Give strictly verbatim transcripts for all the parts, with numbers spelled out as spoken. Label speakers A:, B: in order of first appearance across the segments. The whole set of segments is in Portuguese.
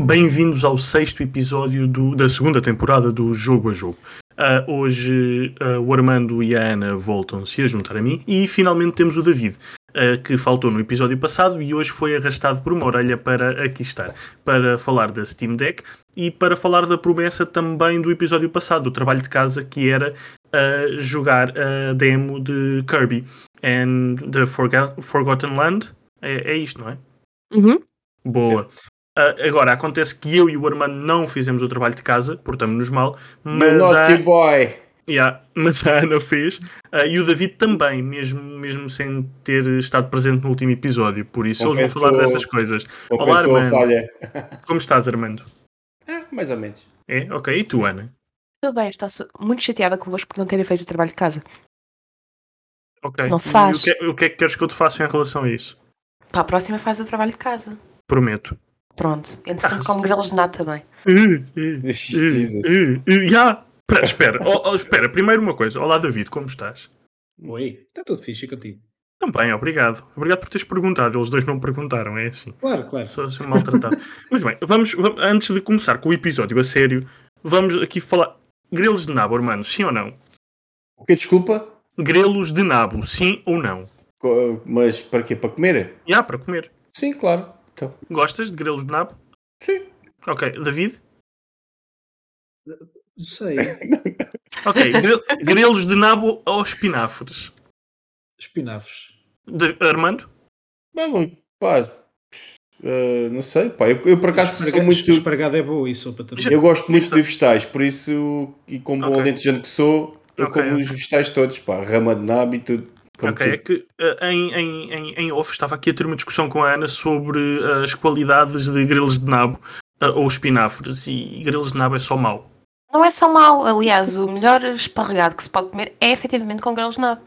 A: Bem-vindos ao sexto episódio do- da segunda temporada do Jogo a Jogo. Ah, hoje ah, o Armando e a Ana voltam-se a juntar a mim e finalmente temos o David, ah, que faltou no episódio passado e hoje foi arrastado por uma orelha para aqui estar, para falar da Steam Deck e para falar da promessa também do episódio passado, do trabalho de casa, que era ah, jogar a demo de Kirby and the Forgo- Forgotten Land. É, é isto, não é?
B: Uhum.
A: Boa. Ah, agora, acontece que eu e o Armando não fizemos o trabalho de casa, portamos-nos mal,
C: You
A: mas
C: naughty
A: a,
C: boy!
A: yeah, mas a Ana fez, ah, e o David também, mesmo, mesmo sem ter estado presente no último episódio, por isso eles vão
C: Compensou-
A: falar dessas coisas. Olá,
C: Compensou a
A: Armando.
C: falha.
A: Como estás, Armando?
C: Ah, mais ou menos.
A: É? Ok. E tu, Ana?
B: Tudo bem, estou su- muito chateada convosco por não terem feito o trabalho de casa.
A: Ok.
B: Não se
A: E
B: faz.
A: o que, é- o que é que queres que eu te faça em relação a isso?
B: Para a próxima faz o trabalho de casa.
A: Prometo.
B: Pronto. Entretanto,
A: Ah,
B: como grelos de nada também.
A: Uh, uh,
C: Jesus.
A: uh, uh, yeah. Espera, espera. Oh, oh, espera, primeiro uma coisa. Olá, David, como estás?
D: Oi, está tudo fixe e contigo?
A: Também, obrigado. Obrigado por teres perguntado. Eles dois não perguntaram, é assim.
D: Claro, claro.
A: Sou assim maltratado. Mas bem, vamos, vamos- antes de começar com o episódio a sério, vamos aqui falar. Grelos de nabo, hermano, sim ou não?
C: O que desculpa?
A: Grelos de nabo, sim ou não?
C: Co- Mas para quê? Para comer?
A: Já, para comer.
C: Sim, claro. Então,
A: Gostas de grelos de nabo?
C: sim.
A: Ok, David?
D: Não sei.
A: Ok, gre- grelos de nabo ou espinafres?
D: Espinafres.
A: De- Armando?
C: Bem, bom, pá, eh, não sei, pá. Eu, eu por acaso sou
D: Esparga-
C: muito.
D: Espargado é boa e sopa também.
A: Já-
C: Eu gosto muito de vegetais, por isso, e como bom
A: Ok.
C: alentejano que sou, eu
A: Ok,
C: como
A: ok.
C: os vegetais todos, pá. Rama de nabo e tudo. Como
A: Ok, é
C: tudo.
A: que eh, em, em, em, em off estava aqui a ter uma discussão com a Ana sobre eh, as qualidades de grelos de nabo eh, ou espinafres, e grelos de nabo é só mau.
B: Não é só mau. Aliás, o melhor esparregado que se pode comer é efetivamente com grelos de nabo.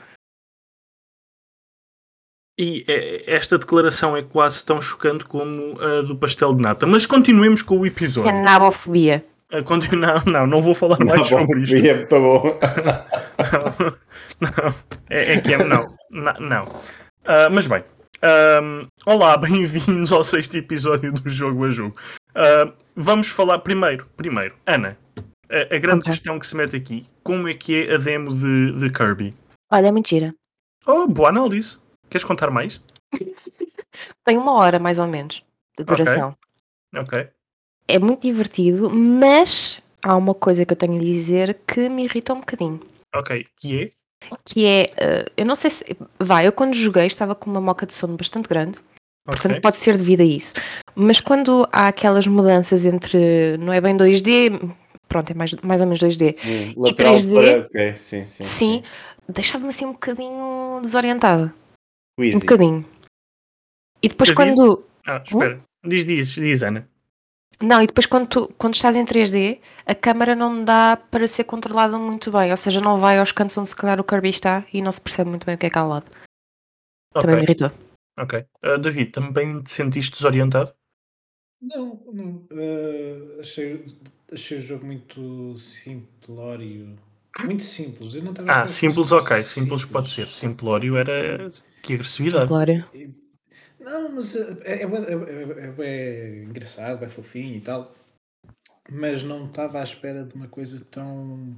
A: E eh, esta declaração é quase tão chocante como a do pastel de nata. Mas continuemos com o
B: Isso é
A: episódio.
B: nabofobia.
A: Eh, continu- Não, não, não vou falar mais
C: Tá bom,
A: sobre isto.
C: é muito bom.
A: Não, não. É, é que é. Não, não. não. Ah, mas bem. Ahm, olá, bem-vindos ao sexto episódio do Jogo a Jogo. Ah, vamos falar primeiro. Primeiro, Ana, a, a grande
B: Ok.
A: questão que se mete aqui: como é que é a demo de, de Kirby?
B: Olha, é mentira.
A: Oh, boa análise. Queres contar mais?
B: Tem uma hora, mais ou menos, de duração.
A: Ok.
B: É muito divertido, mas há uma coisa que eu tenho a dizer que me irrita um bocadinho.
A: Ok. Que é?
B: Que é, eh, eu não sei se... Vai, eu quando joguei estava com uma moca de sono bastante grande. Portanto,
A: Ok.
B: pode ser devido a isso. Mas quando há aquelas mudanças entre, não é bem dois D, pronto, é mais, mais ou menos dois D,
C: Hum,
B: e
C: lateral
B: três D,
C: para. Ok, sim, sim.
B: sim, deixava-me assim um bocadinho desorientada.
C: Queasy.
B: Um bocadinho. E depois
A: David?
B: quando...
A: Ah, espera. Diz, diz, diz, Ana.
B: Não, e depois quando, tu, quando estás em três D, a câmara não dá para ser controlada muito bem. Ou seja, não vai aos cantos onde se calhar o Kirby está e não se percebe muito bem o que é que há ao lado. Também me
A: Ok.
B: irritou.
A: Ok. Ah, David, também te sentiste desorientado?
D: Não, não. eh, achei, achei o jogo muito simplório. Muito simples. Eu não estava a
A: Ah,
D: esperar que
A: simples,
D: fosse
A: ok. Simples pode ser. Simplório era. Que agressividade.
B: Glória.
D: E- Não, mas eh, é, é, bué- é, é, é, é engraçado, é fofinho e tal. Mas não estava à espera de uma coisa tão.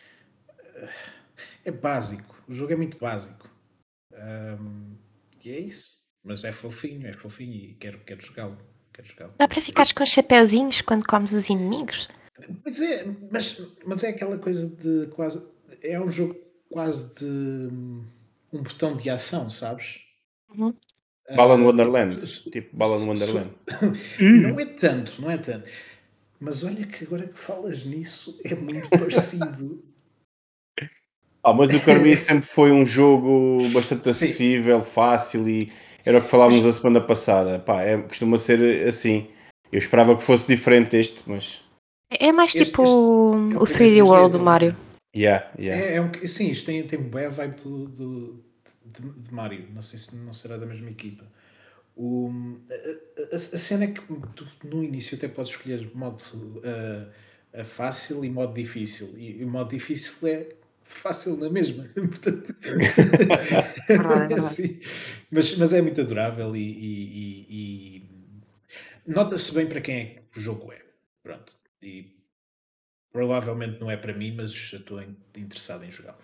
D: É básico. O jogo é muito básico. Ahm, e é isso. Mas é fofinho, é fofinho e quero, quero jogá-lo. Quero jogá-lo.
B: Dá para ficares com chapeuzinhos quando comes os inimigos?
D: Pois é, mas, mas é aquela coisa de quase. É um jogo quase de hum, um botão de ação, sabes?
B: Uhum.
C: Bala no
D: Ah,
C: Wonderland.
D: tipo,
C: Tipo, bala no
D: so-
C: Wonderland.
D: Não é tanto, não é tanto. Mas olha que agora que falas nisso é muito parecido.
C: Ah, mas o Kirby sempre foi um jogo bastante
D: Sim.
C: acessível, fácil e era o que falávamos a semana passada. Pá, é, costuma ser assim. Eu esperava que fosse diferente este, mas.
B: É mais
D: Este-
B: tipo
D: este é
B: o
D: o
B: três D
D: primeiro
B: World
D: três D,
B: do Mario.
C: Yeah, yeah.
D: É, é um, sim, isto tem, tem bem a vibe do, do- de, de Mario. Não sei se não será da mesma equipa. O, a, a- a cena é que tu, no início até podes escolher modo uh, uh, fácil e modo difícil. E, e o modo difícil é fácil na mesma. Portanto,
B: Verdade, é verdade.
D: assim, mas, mas é muito adorável e, e- e- e nota-se bem para quem é, o jogo é. Pronto. E provavelmente não é para mim, mas estou interessado em jogá-lo.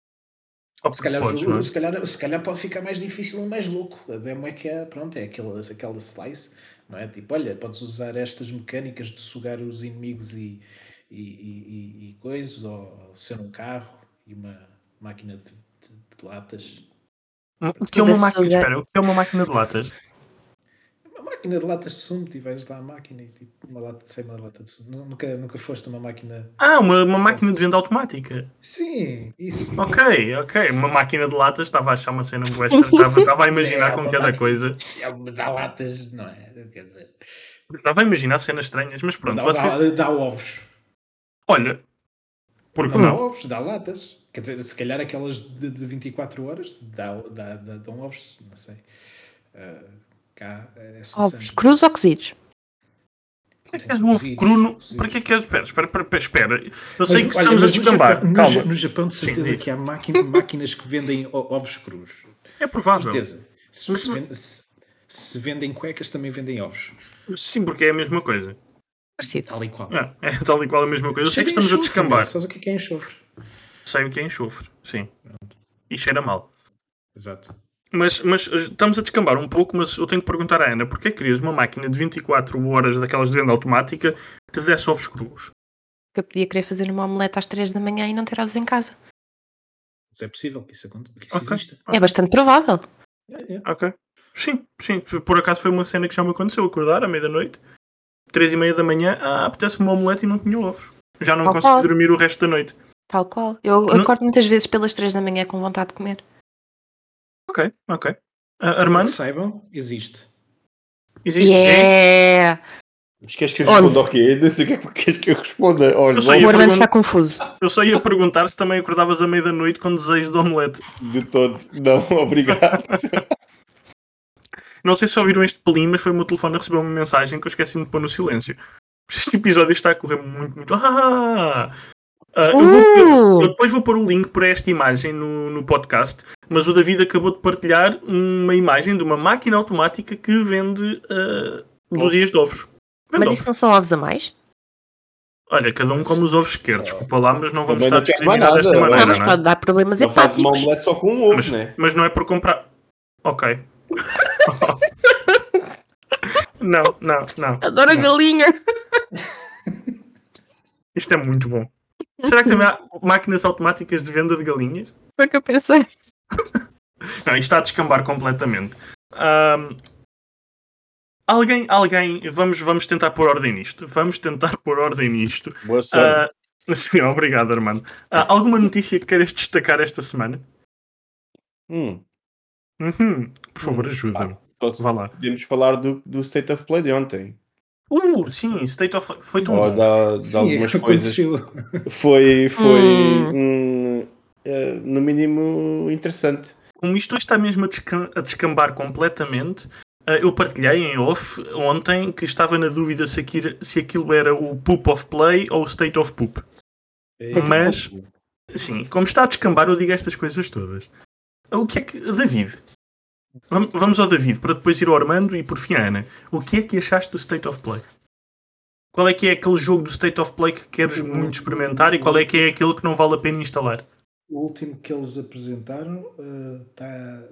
A: Oh,
D: Se calhar, o
A: podes,
D: jogo,
A: não é?
D: se, calhar, se calhar pode ficar mais difícil e mais louco. A demo é que é, pronto, é aquela, aquela slice, não é? Tipo, olha, podes usar estas mecânicas de sugar os inimigos e, e, e, e coisas, ou ser um carro e uma máquina de, de, de latas.
A: O que é uma máquina?
B: Açúcar.
A: Espera, o que é uma máquina de latas?
D: Uma máquina de latas de sumo, tiveres lá a máquina e tipo, uma lata, sei uma lata de sumo. Nunca, nunca foste uma máquina.
A: Ah, uma, uma máquina de venda automática.
D: Sim, isso.
A: Ok, ok. Uma máquina de latas, estava a achar uma cena boa estranha. Estava, estava a imaginar
D: É
A: com
D: uma
A: cada
D: máquina-
A: coisa.
D: É uma dá latas, não é? Quer dizer,
A: Estava a imaginar cenas estranhas, mas pronto,
D: dá,
A: vocês.
D: dá, dá ovos.
A: Olha, porque
D: Não dá
A: não?
D: ovos, dá latas. Quer dizer, se calhar aquelas de, de vinte e quatro horas dá, dá, dá, dão ovos, não sei. Ah, cá é só
B: Ovos
D: sangue.
B: crus ou cozidos?
A: Para que é que és um ovo cru? no- Para que é que és. Espera, espera, espera. espera. Eu sei
D: Mas,
A: que
D: olha,
A: estamos a
D: mas no
A: descambar.
D: Japão, no,
A: Calma.
D: Ja- no Japão, de
A: Sim,
D: certeza
A: diz.
D: que há máquina- máquinas que vendem o- ovos crus.
A: É provável.
D: Certeza. Se,
A: Mas-
D: se vende- se- se vendem cuecas, também vendem ovos.
A: Sim, porque é a mesma coisa.
B: Parecido.
D: Tal e qual.
A: É, é tal e qual a mesma coisa. Eu sei que
D: Cheira a
A: estamos a
D: enxofre, meu.
A: descambar.
D: Sabes o que é que é enxofre?
A: Sei o que é enxofre, sim. E cheira mal.
D: Exato.
A: Mas, mas estamos a descambar um pouco, mas eu tenho que perguntar à Ana, porquê é que querias uma máquina de vinte e quatro horas daquelas de venda automática que te desse ovos crus?
B: Que eu podia querer fazer uma omelete às três da manhã e não ter ovos em casa.
D: Mas é possível que isso, aconte- que isso
A: Ok.
D: exista.
B: É bastante provável.
D: É, é.
A: Ok. Sim, sim. Por acaso foi uma cena que já me aconteceu. Acordar à meia-da-noite, três e meia da manhã, ah, apetece-me uma omelete e não tinha ovos. Já não
B: Tal
A: consegui
B: qual.
A: dormir o resto da noite.
B: Tal qual. Eu
A: Não-
B: acordo muitas vezes pelas três da manhã com vontade de comer.
A: Ok, ok. Uh,
D: Só para
A: Armando,
D: que saibam, existe.
A: existe quem?
B: Yeah!
C: Mas queres que eu
B: Onde?
C: responda ao quê? Não sei o que é que queres que eu responda aos
A: Eu só
B: O
A: ia
C: ovos
B: Armando
A: pergun-
B: está confuso.
A: Eu só ia perguntar se também acordavas à meia-da-noite com desejo de omelete.
C: de todo. Não, obrigado.
A: Não sei se ouviram este pelim, mas foi o meu telefone a receber uma mensagem que eu esqueci-me de pôr no silêncio. Este episódio está a correr muito, muito... Ah! Ah, eu, vou- eu- eu depois vou pôr o link para esta imagem no, no podcast, mas o David acabou de partilhar uma imagem de uma máquina automática que vende uh, dúzias de ovos. Vende
B: Mas
A: ovos.
B: isso não são ovos a mais?
A: Olha, cada um come os ovos que quer, desculpa lá, mas não vamos
C: Também
A: estar a
C: não quero mais
A: discriminar
C: nada,
A: desta
C: não é?
A: maneira,
B: Não, mas
A: não é?
B: pode dar problemas
C: Não faz uma
B: hepáticos.
C: omelete só com um ovo,
A: Mas,
C: né?
A: mas não é por comprar... Ok. Não, não, não.
B: Adoro a galinha.
A: Isto é muito bom. Será que também há máquinas automáticas de venda de galinhas?
B: Foi o que eu pensei.
A: Não, isto está a descambar completamente. Ahm, alguém, alguém, vamos, vamos tentar pôr ordem nisto. Vamos tentar pôr ordem nisto.
C: Boa sorte.
A: Ah, sim, obrigado, Armando. Ah, alguma notícia que queiras destacar esta semana?
C: Hum.
A: Uhum. Por favor,
C: Hum.
A: ajuda-me.
C: Só
A: Vá lá.
C: podemos falar do, do State of Play de ontem.
A: Uh, sim, State of... Foi tão
C: Ou
A: bom.
C: de, de
D: Sim, é
C: algumas
D: que
C: coisas.
D: aconteceu.
C: Foi, foi
B: Hum.
C: hum, eh, no mínimo interessante.
A: Como isto está mesmo a, descam- a descambar completamente, ah, eu partilhei em off ontem que estava na dúvida se aquilo, se aquilo era o Poop of Play ou o State of Poop. Mas, sim, como está a descambar, eu digo estas coisas todas. O que é que... David, vam- vamos ao David, para depois ir ao Armando e por fim à Ana. O que é que achaste do State of Play? Qual é que é aquele jogo do State of Play que queres muito experimentar e qual é que é aquele que não vale a pena instalar?
D: O último que eles apresentaram está.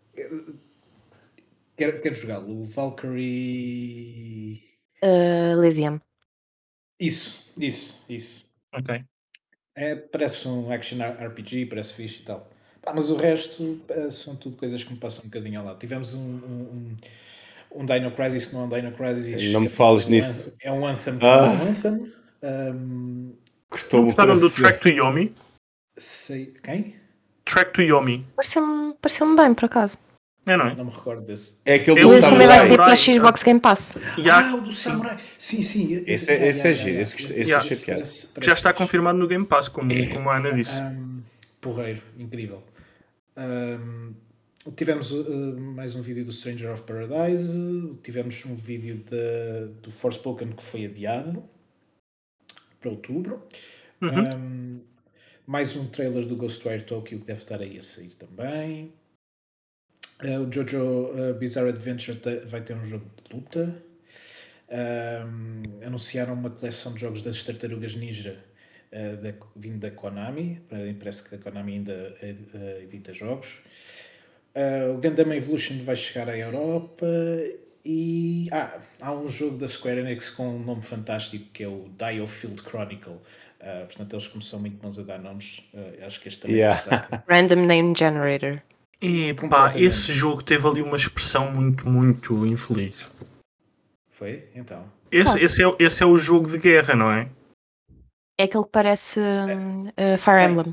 D: Quero, quero jogá-lo. O Valkyrie.
B: Uh, Elysium.
D: Isso, isso, isso.
A: Ok.
D: É, parece um action R P G, parece fixe e tal. Pá, mas o resto eh, são tudo coisas que me passam um bocadinho ao lado. Tivemos um, um, um, um Dino Crisis que não é um Dino Crisis.
C: Não me
D: que
C: fales
D: é um
C: nisso.
D: Anthem- É um Anthem que
C: Ah.
D: não é um Anthem. Um,
C: Cortou-me o
A: Gostaram do
C: coração.
A: Track to Yomi?
D: sei. Quem?
A: Track to Yomi.
B: Pareceu-me pareceu bem, por acaso.
A: É, não é?
D: Não me recordo desse.
C: É aquele
A: Eu
C: do
B: Esse
A: sou
B: também vai ser
A: Samurai.
B: pela Xbox Game Pass.
A: E há-
D: Ah, o do Samurai! Sim, sim.
C: Esse é- esse é giro, esse gostei- esse
A: achei
C: piada.
A: que já está confirmado no Game Pass, como, como a Ana disse.
D: Um, porreiro, incrível. Um, tivemos uh, mais um vídeo do Stranger of Paradise. Tivemos um vídeo de, do Forspoken que foi adiado para outubro.
A: Uhum.
D: Um, mais um trailer do Ghostwire Tokyo que deve estar aí a sair também. Uh, o Jojo uh, Bizarre Adventure te- vai ter um jogo de luta. Um, anunciaram uma coleção de jogos das Tartarugas Ninja uh, da, vindo da Konami. Parece que a Konami ainda uh, uh, edita jogos. Uh, o Gundam Evolution vai chegar à Europa. E ah, há um jogo da Square Enix com um nome fantástico que é o Diofield Chronicle. Uh, portanto, eles como são muito bons a dar nomes, uh, acho que este também
C: Yeah.
D: se destaca.
B: Random Name Generator.
A: E pá,
D: Completamente.
A: esse jogo teve ali uma expressão muito, muito infeliz.
D: Foi? Então.
A: Esse,
B: Ah.
A: esse, é, esse é o jogo de guerra, não é?
B: É aquele que parece um, uh, Fire
D: É.
B: Emblem.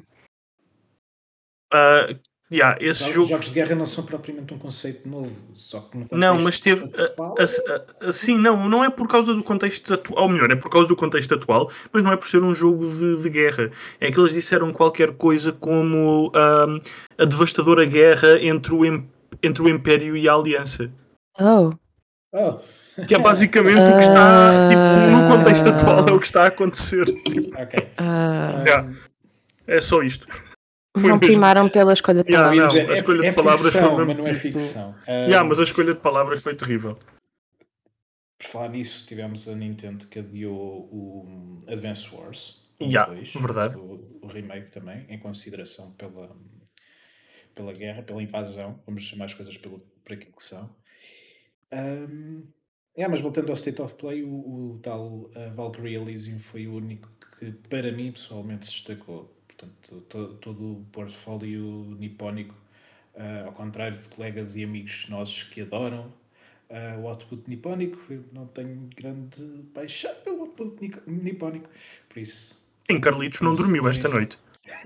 A: Uh, yeah, esse
D: Os
A: jogo...
D: jogos de guerra não são propriamente um conceito novo, só que no contexto
A: Não, mas teve.
D: atual,
A: Assim, não, não é por causa do contexto atual, ou melhor, é por causa do contexto atual, mas não é por ser um jogo de, de guerra. É que eles disseram qualquer coisa como um, a devastadora guerra entre o, em- entre o Império e a Aliança.
B: Oh.
D: Oh.
A: Que é basicamente o que está. Tipo, no contexto
B: Ah.
A: atual é o que está a acontecer. Tipo,
D: Ok.
B: Ah.
D: Um,
A: Yeah. é só isto. Foi
B: não
A: mesmo.
B: primaram pela escolha de
A: Yeah,
D: eu ia
B: palavras.
A: não,
D: dizer,
A: a
D: é,
A: escolha
D: é
A: de palavras
D: ficção,
A: foi mesmo
D: mas não é
A: tipo-
D: ficção. Um,
A: Yeah, mas a escolha de palavras foi terrível.
D: Por falar nisso, tivemos a Nintendo que adiou o Advance Wars um e
A: Yeah,
D: dois,
A: verdade.
D: o, o remake também, em consideração pela, pela guerra, pela invasão, vamos chamar as coisas pelo, por aquilo que são. Um, yeah, mas voltando ao State of Play, o, o tal uh, Valkyrie Elysium foi o único que, para mim, pessoalmente, se destacou. Portanto, to, todo o portfólio nipónico, uh, ao contrário de colegas e amigos nossos que adoram uh, o output nipónico, eu não tenho grande paixão pelo output ni- nipónico. Por isso.
A: Sim, Carlitos não
D: foi-
A: dormiu
D: foi
A: esta
D: isso.
A: noite.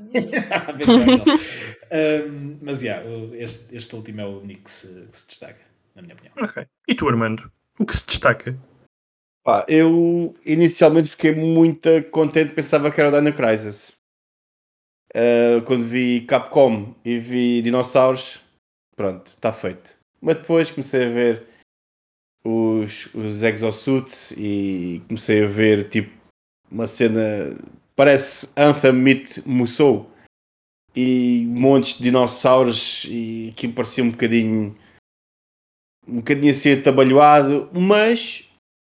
D: um, mas yeah, o- este, este último é o único que se, que se destaca, na minha opinião.
A: Ok. E tu, Armando? O que se destaca?
C: Pá, eu inicialmente fiquei muito contente, pensava que era o Dino Crisis. Uh, quando vi Capcom e vi dinossauros, pronto, está feito. Mas depois comecei a ver os, os exosuits e comecei a ver tipo uma cena, parece Anthem Meet Musou, e montes de dinossauros e que parecia um bocadinho um bocadinho assim atabalhoado, mas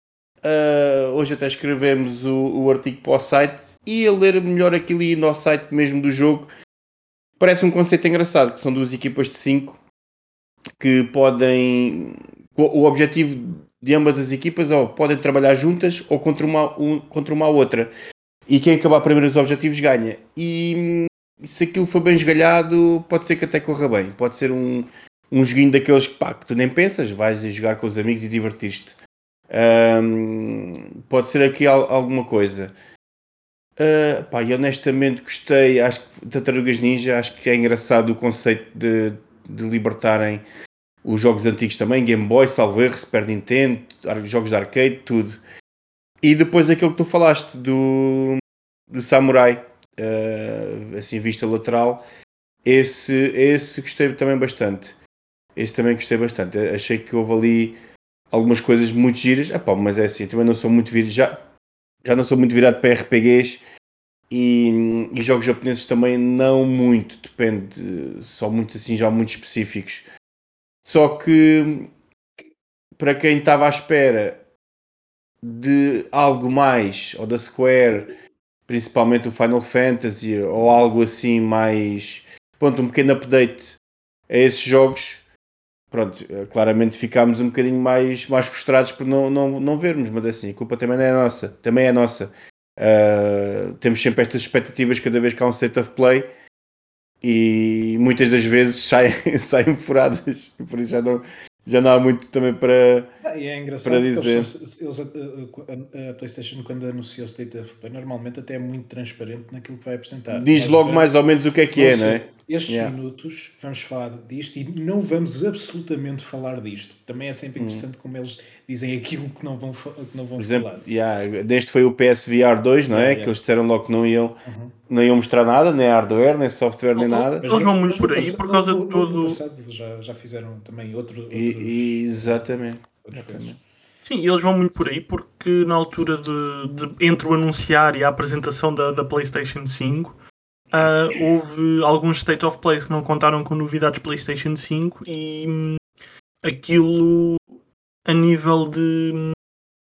C: Uh, hoje até escrevemos o, o artigo para o site e a ler melhor aquilo e no site mesmo do jogo parece um conceito engraçado, que são duas equipas de cinco que podem, o objetivo de ambas as equipas ou podem trabalhar juntas ou contra uma, um, contra uma outra, e quem acabar primeiro os objetivos ganha. E se aquilo for bem esgalhado, pode ser que até corra bem, pode ser um, um joguinho daqueles que, pá, que tu nem pensas, vais jogar com os amigos e divertir-te. Um, pode ser aqui al- alguma coisa. Uh, pá, e honestamente gostei, acho que Tartarugas Ninja, acho que é engraçado o conceito de, de libertarem os jogos antigos também, Game Boy, salvo erro, Super Nintendo, ar- jogos de arcade, tudo. E depois aquilo que tu falaste do, do Samurai, uh, assim, vista lateral, esse, esse gostei também bastante. Esse também gostei bastante. Achei que houve ali algumas coisas muito giras. Epá, mas é assim, também não sou muito virado, já, já não sou muito virado para R P Gs e, e jogos japoneses também não muito, depende, só muito assim, já muito específicos. Só que para quem estava à espera de algo mais, ou da Square, principalmente o Final Fantasy, ou algo assim mais, pronto, um pequeno update a esses jogos, pronto, claramente ficámos um bocadinho mais, mais frustrados por não, não, não vermos, mas assim, a culpa também não é nossa, também é nossa. Uh, temos sempre estas expectativas cada vez que há um state of play e muitas das vezes saem, saem furadas, por isso já não, já não há muito também para,
D: ah, e é engraçado
C: para
D: porque
C: dizer.
D: Eles, eles, a, a, a PlayStation, quando anuncia o State of Play, normalmente até é muito transparente naquilo que vai apresentar.
C: Diz
D: Nós
C: logo
D: vamos-
C: mais ou menos o que é que é, não é?
D: Estes
C: Yeah.
D: minutos vamos falar disto e não vamos absolutamente falar disto. Também é sempre
C: Hum.
D: interessante como eles dizem aquilo que não vão, fa- que não vão
C: Por exemplo,
D: falar.
C: yeah, deste foi o P S V R dois, não é?
D: Yeah, yeah.
C: Que eles disseram logo que não iam,
D: Uhum.
C: não iam mostrar nada, nem hardware, nem software, nem nada.
A: Eles vão muito
D: no
A: por aí
D: passa-
A: por causa
D: no,
A: de
D: no, no
A: todo-
D: passado já, já fizeram também outro, outros,
C: E, e exatamente.
D: outras
C: exatamente.
D: coisas.
A: Sim, eles vão muito por aí porque na altura de, de entre o anunciar e a apresentação da, da PlayStation cinco ah, houve alguns State of Play que não contaram com novidades PlayStation cinco e hum, aquilo a nível de,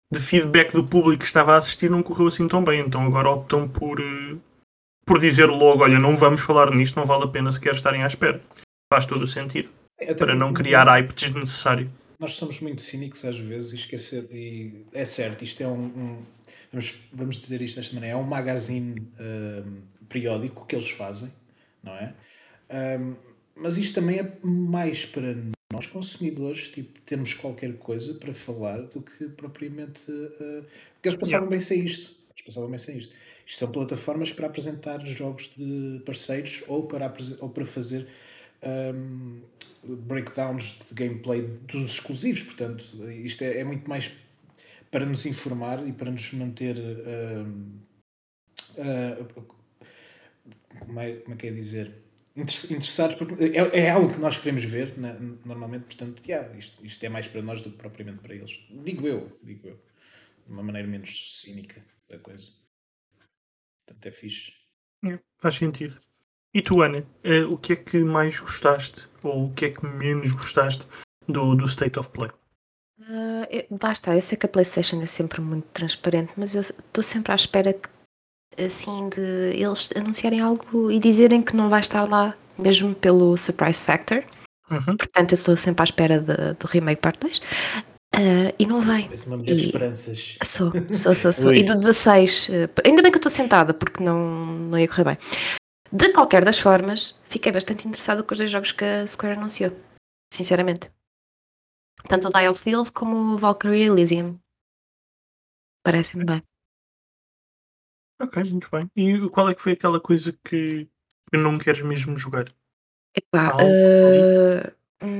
A: de feedback do público que estava a assistir não correu assim tão bem. Então agora optam por, uh, por dizer logo, olha, não vamos falar nisto, não vale a pena sequer estarem à espera. Faz todo o sentido.
D: Até
A: Para
D: porque
A: não criar
D: nós-
A: hype desnecessário.
D: Nós somos muito cínicos às vezes e esquecer. E é certo, isto é um. um- vamos, vamos dizer isto desta maneira: é um magazine hum, periódico que eles fazem, não é? Hum, mas isto também é mais para nós, consumidores, tipo, termos qualquer coisa para falar do que propriamente. Uh, porque eles passavam
A: Yeah.
D: bem sem isto. Eles passavam bem sem isto. Isto são plataformas para apresentar jogos de parceiros ou para, apresen- ou para fazer. hum, breakdowns de gameplay dos exclusivos, portanto isto é, é muito mais para nos informar e para nos manter uh, uh, como, é, como é que é dizer interessados, porque é, é algo que nós queremos ver, né, normalmente, portanto yeah, isto, isto é mais para nós do que propriamente para eles, digo eu, digo eu de uma maneira menos cínica da coisa, portanto é fixe.
A: Yeah, faz sentido. E tu, Ana, uh, o que é que mais gostaste ou o que é que menos gostaste do, do State of Play?
B: Ah, eu- lá está, eu sei que a PlayStation é sempre muito transparente, mas eu estou sempre à espera que, assim, de eles anunciarem algo e dizerem que não vai estar lá, mesmo pelo surprise factor.
A: Uhum.
B: Portanto, eu estou sempre à espera de- do remake parte dois. Ah, e não vem.
D: Parece uma mulher de
B: E
D: esperanças.
B: sou, sou, sou, sou.
C: Ui.
B: E do dezasseis, eh, ainda bem que eu estou sentada, porque não, não ia correr bem. De qualquer das formas, fiquei bastante interessada com os dois jogos que a Square anunciou, sinceramente. Tanto o Dial Field como o Valkyrie Elysium. Parece-me bem.
A: Ok, muito bem. E qual é que foi aquela coisa que, que não queres mesmo jogar?
B: Epá,
A: Algo
B: eh,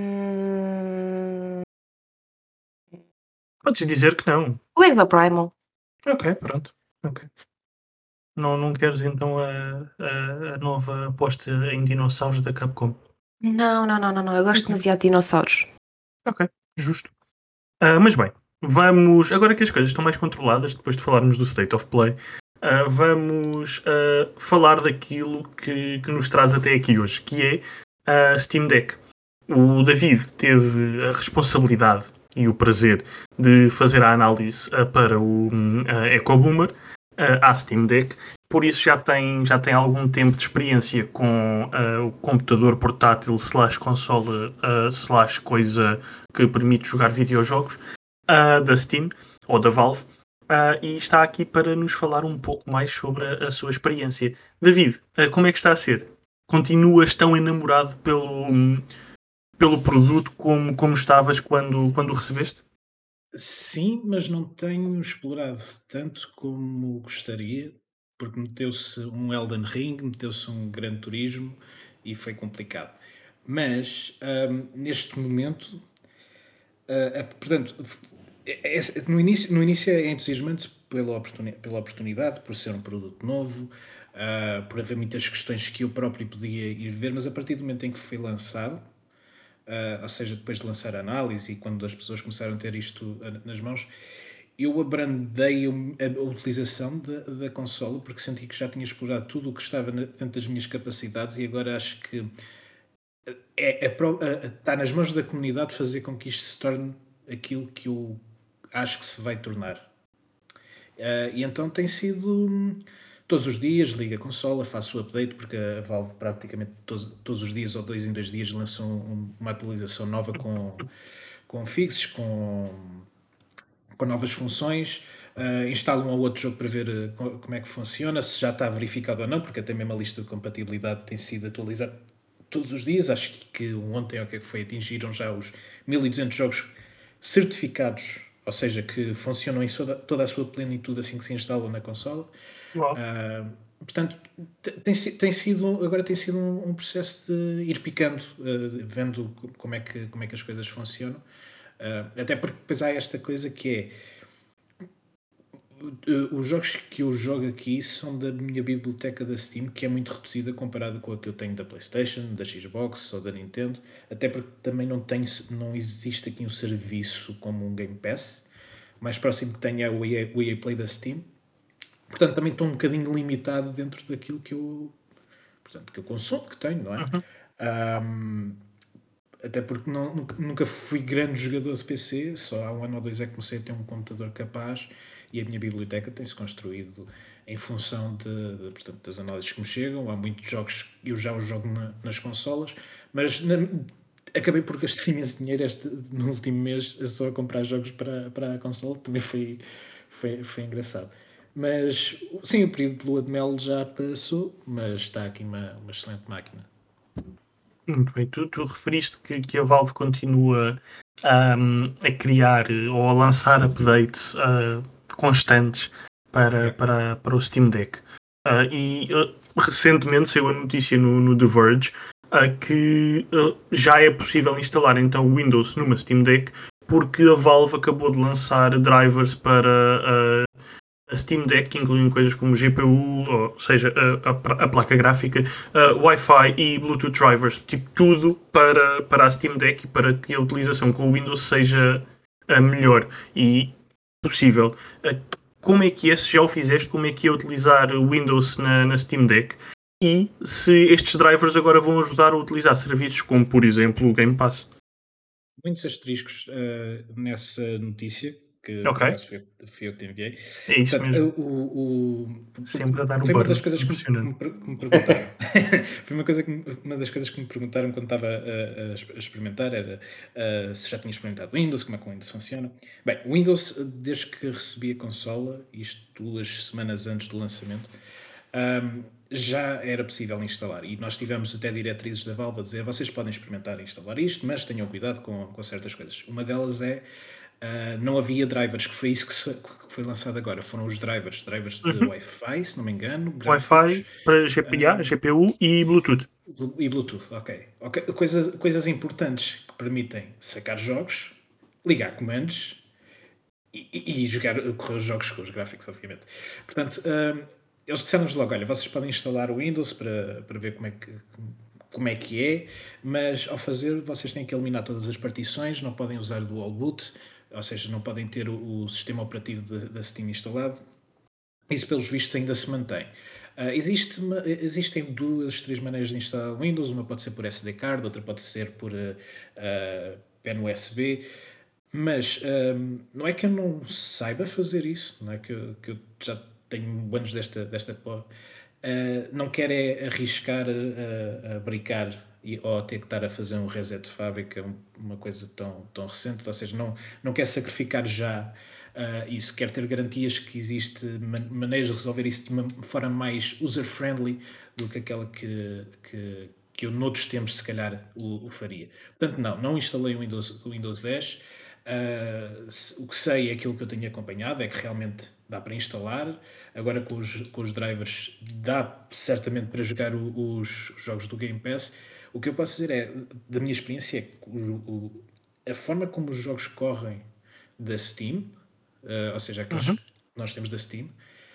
B: hum,
A: Podes dizer que não.
B: o Exoprimal.
A: Ok, pronto. Ok. Não, não queres então a, a, a nova aposta em dinossauros da Capcom?
B: Não, não, não, não, não. Eu gosto
A: Ok.
B: demasiado de dinossauros.
A: Ok, justo. Ah, mas bem, vamos. Agora que as coisas estão mais controladas, depois de falarmos do State of Play, ah, vamos ah, falar daquilo que, que nos traz até aqui hoje, que é a Steam Deck. O David teve a responsabilidade e o prazer de fazer a análise ah, para o hum, a EcoBoomer, ah, à Steam Deck. Por isso já tem, já tem algum tempo de experiência com ah, o computador portátil slash consola ah, slash coisa que permite jogar videojogos uh, da Steam ou da Valve uh, e está aqui para nos falar um pouco mais sobre a, a sua experiência. David, uh, como é que está a ser? Continuas tão enamorado pelo, um, pelo produto como, como estavas quando, quando o recebeste?
D: Sim, mas não tenho explorado tanto como gostaria, porque meteu-se um Elden Ring, meteu-se um Gran Turismo e foi complicado. Mas hum, neste momento, ah, ah, portanto, f- é- é- no, início, no início é entusiasmante pela, oportuni- pela oportunidade, por ser um produto novo, ah, por haver muitas questões que eu próprio podia ir ver, mas a partir do momento em que foi lançado, Uh, ou seja, depois de lançar a análise e quando as pessoas começaram a ter isto uh, nas mãos, eu abrandei a, a utilização da, da consola porque senti que já tinha explorado tudo o que estava na, dentro das minhas capacidades e agora acho que é, é, pro- uh, está nas mãos da comunidade fazer com que isto se torne aquilo que eu acho que se vai tornar. Uh, e então tem sido hum, todos os dias, ligo a consola, faço o update, porque a Valve praticamente todos, todos os dias ou dois em dois dias lançam um- uma atualização nova com, com fixes, com, com novas funções. Uh, instalo um ou outro jogo para ver uh, co- como é que funciona, se já está verificado ou não, porque até mesmo a lista de compatibilidade tem sido atualizada todos os dias. Acho que ontem, ou o que é que foi, atingiram já os mil e duzentos jogos certificados, ou seja, que funcionam em toda, toda a sua plenitude assim que se instalam na consola.
A: Uau.
D: Uh, portanto, tem, tem sido, agora tem sido um, um processo de ir picando, uh, vendo como é, que, como é que as coisas funcionam. Uh, até porque depois há esta coisa que é uh, os jogos que eu jogo aqui são da minha biblioteca da Steam, que é muito reduzida comparada com a que eu tenho da PlayStation, da Xbox ou da Nintendo, até porque também não, tem, não existe aqui um serviço como um Game Pass. O mais próximo que tenho é o E A, o E A Play da Steam. Portanto, também estou um bocadinho limitado dentro daquilo que eu, portanto, que eu consumo, que tenho, não é?
A: Uhum.
D: Um, até porque não, nunca, nunca fui grande jogador de P C, só há um ano ou dois é que comecei a ter um computador capaz e a minha biblioteca tem-se construído em função de, de, portanto, das análises que me chegam. Há muitos jogos que eu já os jogo na, nas consolas, mas na, acabei por gastar imenso dinheiro este, no último mês só a comprar jogos para, para a consola, também foi, foi, foi engraçado. Mas sim, o período de lua de mel já passou, mas está aqui uma, uma excelente máquina.
A: Muito bem, tu, tu referiste que, que a Valve continua um, a criar eh, ou a lançar updates uh, constantes para,
D: Yeah.
A: para, para o Steam Deck. Uh, e uh, recentemente saiu a notícia no, no The Verge uh, que uh, já é possível instalar então o Windows numa Steam Deck porque a Valve acabou de lançar drivers para uh, a Steam Deck, que incluem coisas como G P U, ou seja, a, a, a placa gráfica, uh, Wi-Fi e Bluetooth drivers, tipo tudo para, para a Steam Deck e para que a utilização com o Windows seja a melhor e possível. Uh, como é que é, se já o fizeste, como é que é utilizar o Windows na, na Steam Deck e se estes drivers agora vão ajudar a utilizar serviços como, por exemplo, o Game Pass?
D: Muitos asteriscos uh, nessa notícia, que
A: Ok.
D: por acaso fui, fui eu que te enviei.
A: É isso
D: Portanto,
A: mesmo.
D: O, o,
A: Sempre a dar o
D: foi uma
A: burn.
D: das coisas que me, que me, que me perguntaram. Foi uma, coisa que me, uma das coisas que me perguntaram quando estava a, a, a experimentar era uh, se já tinha experimentado Windows, como é que o Windows funciona. Bem, o Windows, desde que recebi a consola, isto duas semanas antes do lançamento, um, já era possível instalar. E nós tivemos até diretrizes da Valve a dizer vocês podem experimentar instalar isto, mas tenham cuidado com, com certas coisas. Uma delas é Uh, não havia drivers, que foi isso que, se, que foi lançado agora. Foram os drivers, drivers de
A: Uhum.
D: Wi-Fi, se não me engano,
A: Wi-Fi para G P A, uh, G P U e Bluetooth.
D: E Bluetooth, ok. okay. Coisas, coisas importantes que permitem sacar jogos, ligar comandos e, e, e jogar, correr os jogos com os gráficos, obviamente. Portanto, uh, eles disseram-nos logo, olha, vocês podem instalar o Windows para, para ver como é que... como é que é, mas ao fazer vocês têm que eliminar todas as partições, não podem usar dual boot, ou seja, não podem ter o, o sistema operativo da Steam instalado. Isso, pelos vistos, ainda se mantém. Uh, existe, existem duas, três maneiras de instalar o Windows. Uma pode ser por S D card, outra pode ser por uh, uh, pen U S B. Mas um, não é que eu não saiba fazer isso, não é que eu, que eu já tenho anos desta, desta pó. Uh, não quero é arriscar a, a brincar e, ou ter que estar a fazer um reset de fábrica, uma coisa tão, tão recente, ou seja, não, não quero sacrificar já uh, isso, quero ter garantias que existe man maneiras de resolver isso de uma forma mais user-friendly do que aquela que, que, que eu noutros tempos se calhar o, o faria. Portanto, não, não instalei o Windows, o Windows dez. Uh, se, o que sei é aquilo que eu tenho acompanhado, é que realmente dá para instalar. Agora com os, com os drivers dá certamente para jogar o, os jogos do Game Pass. O que eu posso dizer é, da minha experiência, é que o, o, a forma como os jogos correm da Steam, uh, ou seja, aqueles uhum. que nós temos da Steam,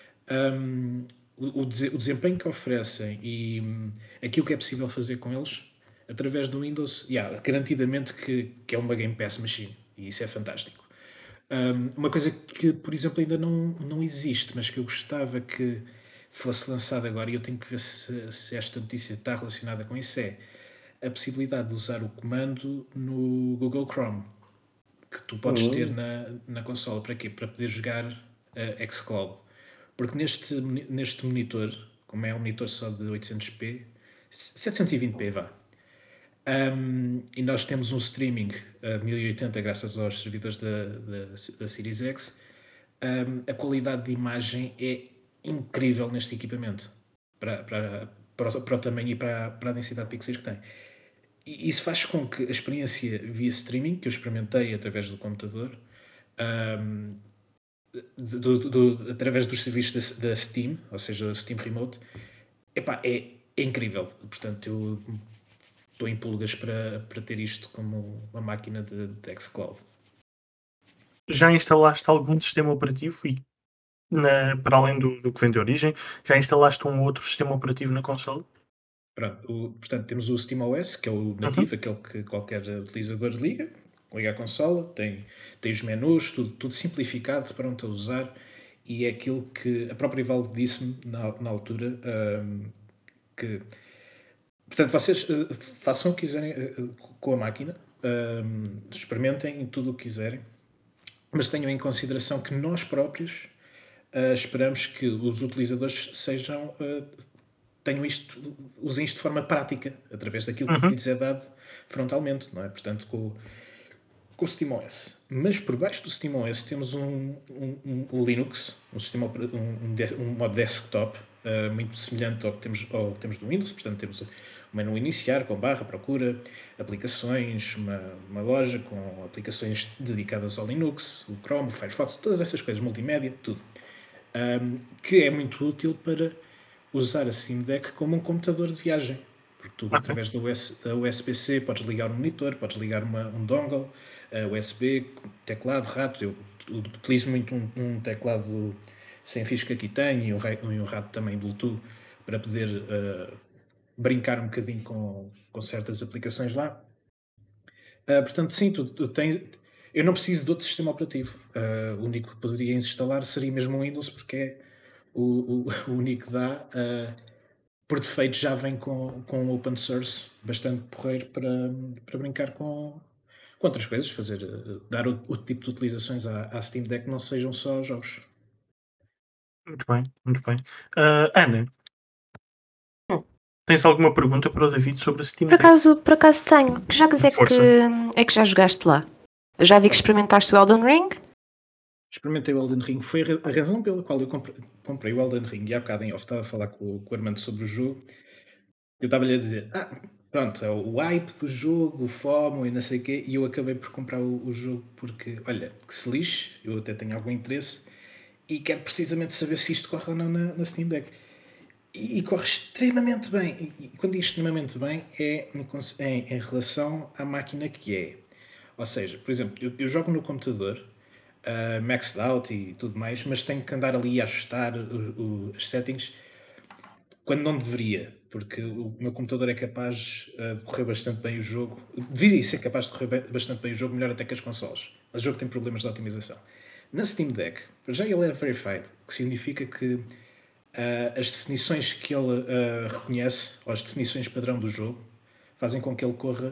D: um, o, o desempenho que oferecem e um, aquilo que é possível fazer com eles através do Windows, yeah, garantidamente que, que é uma Game Pass Machine. E isso é fantástico. Um, uma coisa que, por exemplo, ainda não, não existe, mas que eu gostava que fosse lançada agora, e eu tenho que ver se, se esta notícia está relacionada com isso, é a possibilidade de usar o comando no Google Chrome, que tu podes uhum. ter na, na consola. Para quê? Para poder jogar uh, xCloud. Porque neste, neste monitor, como é um monitor só de oitocentos p, setecentos e vinte p, vá, Um, e nós temos um streaming a mil e oitenta graças aos servidores da, da, da Series X. Um, a qualidade de imagem é incrível neste equipamento para, para, para, o, para o tamanho e para, para a densidade de pixels que tem. E isso faz com que a experiência via streaming, que eu experimentei através do computador, um, do, do, do, através dos serviços da, da Steam, ou seja, o Steam Remote, epá, é, é incrível. Portanto, eu estou em pulgas para, para ter isto como uma máquina de, de xCloud.
A: Já instalaste algum sistema operativo e, na, para além do, do que vem de origem, já instalaste um outro sistema operativo na consola?
D: Pronto, o, portanto, temos o SteamOS, que é o nativo, uhum. aquele que qualquer utilizador liga, liga a consola, tem, tem os menus, tudo, tudo simplificado, pronto a usar, e é aquilo que a própria Valve disse-me na, na altura, um, que Portanto, vocês eh, façam o que quiserem eh, eh, com a máquina, ahm, experimentem tudo o que quiserem, mas tenham em consideração que nós próprios ah, esperamos que os utilizadores sejam ah, tenham isto, usem isto de forma prática, através daquilo que
A: Uhum.
D: lhes é dado frontalmente, não é? Portanto, com, com o SteamOS. Mas por baixo do SteamOS temos um, um, um- o Linux, um, sistema, opera- um, um de- um modo desktop ah, muito semelhante ao que, temos, ao que temos do Windows. Portanto, temos o menu iniciar com barra, procura, aplicações, uma, uma loja com aplicações dedicadas ao Linux, o Chrome, o Firefox, todas essas coisas, multimédia, tudo. Um, que é muito útil para usar a Steam Deck como um computador de viagem. Porque tu,
A: Ok.
D: através da, U S, da U S B-C, podes ligar um monitor, podes ligar uma, um dongle, uh, U S B, teclado, rato. Eu utilizo muito um, um teclado sem fio que aqui tenho e um, e um rato também Bluetooth para poder uh, brincar um bocadinho com, com certas aplicações lá. Uh, portanto, sim, tu, tu tens. Eu não preciso de outro sistema operativo. Uh, o único que poderia instalar seria mesmo o Windows, porque é o, o, o único que dá. Uh, por defeito já vem com, com open source bastante porreiro para, para brincar com, com outras coisas, fazer, uh, dar outro, outro tipo de utilizações à, à Steam Deck que não sejam só jogos.
A: Muito bem, muito bem. Ah, Ana,
B: Hum.
A: tens alguma pergunta para o David sobre a Steam
B: Por
A: Deck?
B: acaso, por acaso tenho. Que jogos é que,
A: Força.
B: é que já jogaste lá? Eu já vi que experimentaste o Elden Ring.
D: Experimentei o Elden Ring, foi a razão pela qual eu comprei, comprei o Elden Ring. E há bocado em off estava a falar com, com o Armando sobre o jogo. Eu estava-lhe a dizer, ah, pronto, é o hype do jogo, o FOMO e não sei o quê, e eu acabei por comprar o, o jogo porque, olha, que se lixe, eu até tenho algum interesse e quero precisamente saber se isto corre ou não na, na Steam Deck. E, e corre extremamente bem. E, e quando digo extremamente bem, é em, cons- em- em relação à máquina que é. Ou seja, por exemplo, eu, eu jogo no computador, uh, maxed out e tudo mais, mas tenho que andar ali a ajustar o- o- as settings quando não deveria, porque o meu computador é capaz uh, de correr bastante bem o jogo. Deveria ser capaz de correr bem- bastante bem o jogo, melhor até que as consoles. Mas o jogo tem problemas de otimização. Na Steam Deck, já ele é verified, o que significa que uh, as definições que ele uh, reconhece, ou as definições padrão do jogo, fazem com que ele corra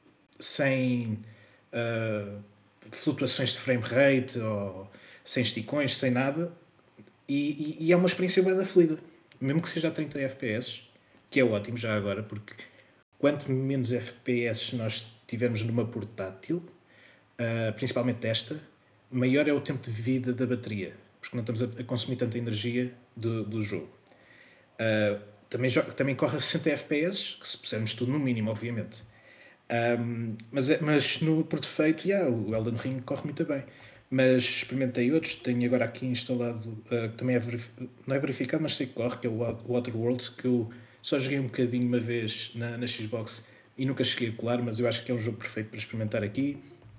D: sem uh, flutuações de frame rate, ou sem esticões, sem nada, e, e, e é uma experiência bem fluida, mesmo que seja a trinta F P S, que é ótimo já agora, porque quanto menos F P S nós tivermos numa portátil, uh, principalmente esta, maior é o tempo de vida da bateria, porque não estamos a, a consumir tanta energia do, do jogo. Uh, também, também corre a sessenta F P S, que se pusermos tudo no mínimo, obviamente. Um, mas, é, mas no, por defeito, yeah, o Elden Ring corre muito bem. Mas experimentei outros, tenho agora aqui instalado, uh, que também é não é verificado, mas sei que corre, que é o Waterworld, que eu só joguei um bocadinho uma vez na, na Xbox e nunca cheguei a colar, mas eu acho que é um jogo perfeito para experimentar aqui.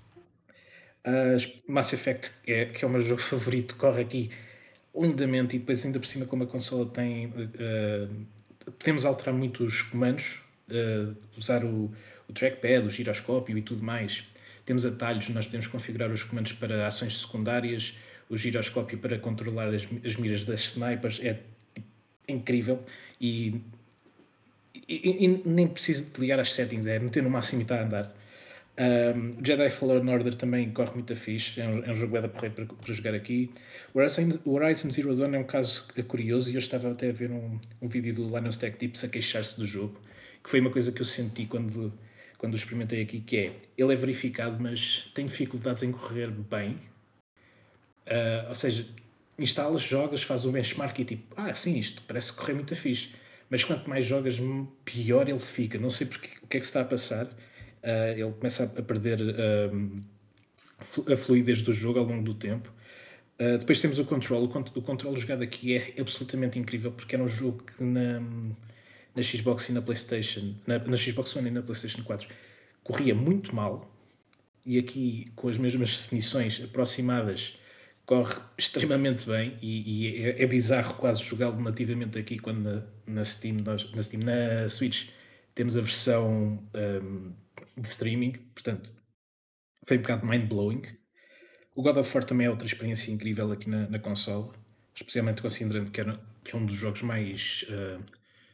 D: Uh, Mass Effect, é, que é o meu jogo favorito, corre aqui lindamente, e depois ainda por cima como a consola tem uh, podemos alterar muito os comandos, uh, usar o, o trackpad, o giroscópio e tudo mais. Temos atalhos, nós podemos configurar os comandos para ações secundárias, o giroscópio para controlar as, as miras das snipers, é incrível, e, e, e nem preciso de ligar as settings, é meter no máximo e está a andar. Um, Jedi Fallen Order também corre muito a fixe, é um, é um jogo da porreiro para, para jogar aqui. O Horizon, o Horizon Zero Dawn é um caso curioso, e eu estava até a ver um, um vídeo do Linus Tech Tips a queixar-se do jogo, que foi uma coisa que eu senti quando, quando o experimentei aqui, que é, ele é verificado, mas tem dificuldades em correr bem. Uh, ou seja, instalas, jogas, fazes o benchmark e tipo, ah, sim, isto parece correr muito fixe. Mas quanto mais jogas, pior ele fica. Não sei porque, o que é que se está a passar. Uh, ele começa a perder um, a fluidez do jogo ao longo do tempo. Uh, depois temos o Control. O, cont o Control jogado aqui é absolutamente incrível, porque era um jogo que na, na Xbox e na PlayStation, na, na Xbox One e na PlayStation quatro, corria muito mal. E aqui, com as mesmas definições aproximadas, corre extremamente bem, e, e é, é bizarro quase jogá-lo nativamente aqui, quando na, na, Steam, nós, na Steam, na Switch, temos a versão um, de streaming, portanto, foi um bocado mind-blowing. O God of War também é outra experiência incrível aqui na, na consola, especialmente considerando que, era, que é um dos jogos mais uh,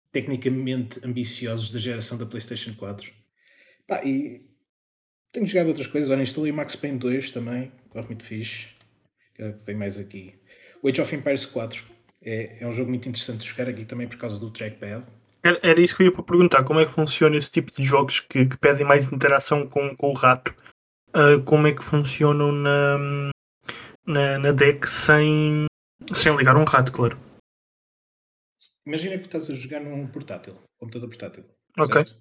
D: tecnicamente ambiciosos da geração da PlayStation quatro. Pá, e tenho jogado outras coisas. Olha, instalei o Max Payne dois também, corre muito fixe. Que é o que tem mais aqui. O Age of Empires quatro é, é um jogo muito interessante de jogar aqui também por causa do trackpad.
A: Era, era isso que eu ia para perguntar. Como é que funciona esse tipo de jogos que, que pedem mais interação com, com o rato? Uh, como é que funcionam na, na, na deck sem, sem ligar um rato, claro.
D: Imagina que estás a jogar num portátil, computador portátil,
A: Ok.
D: certo?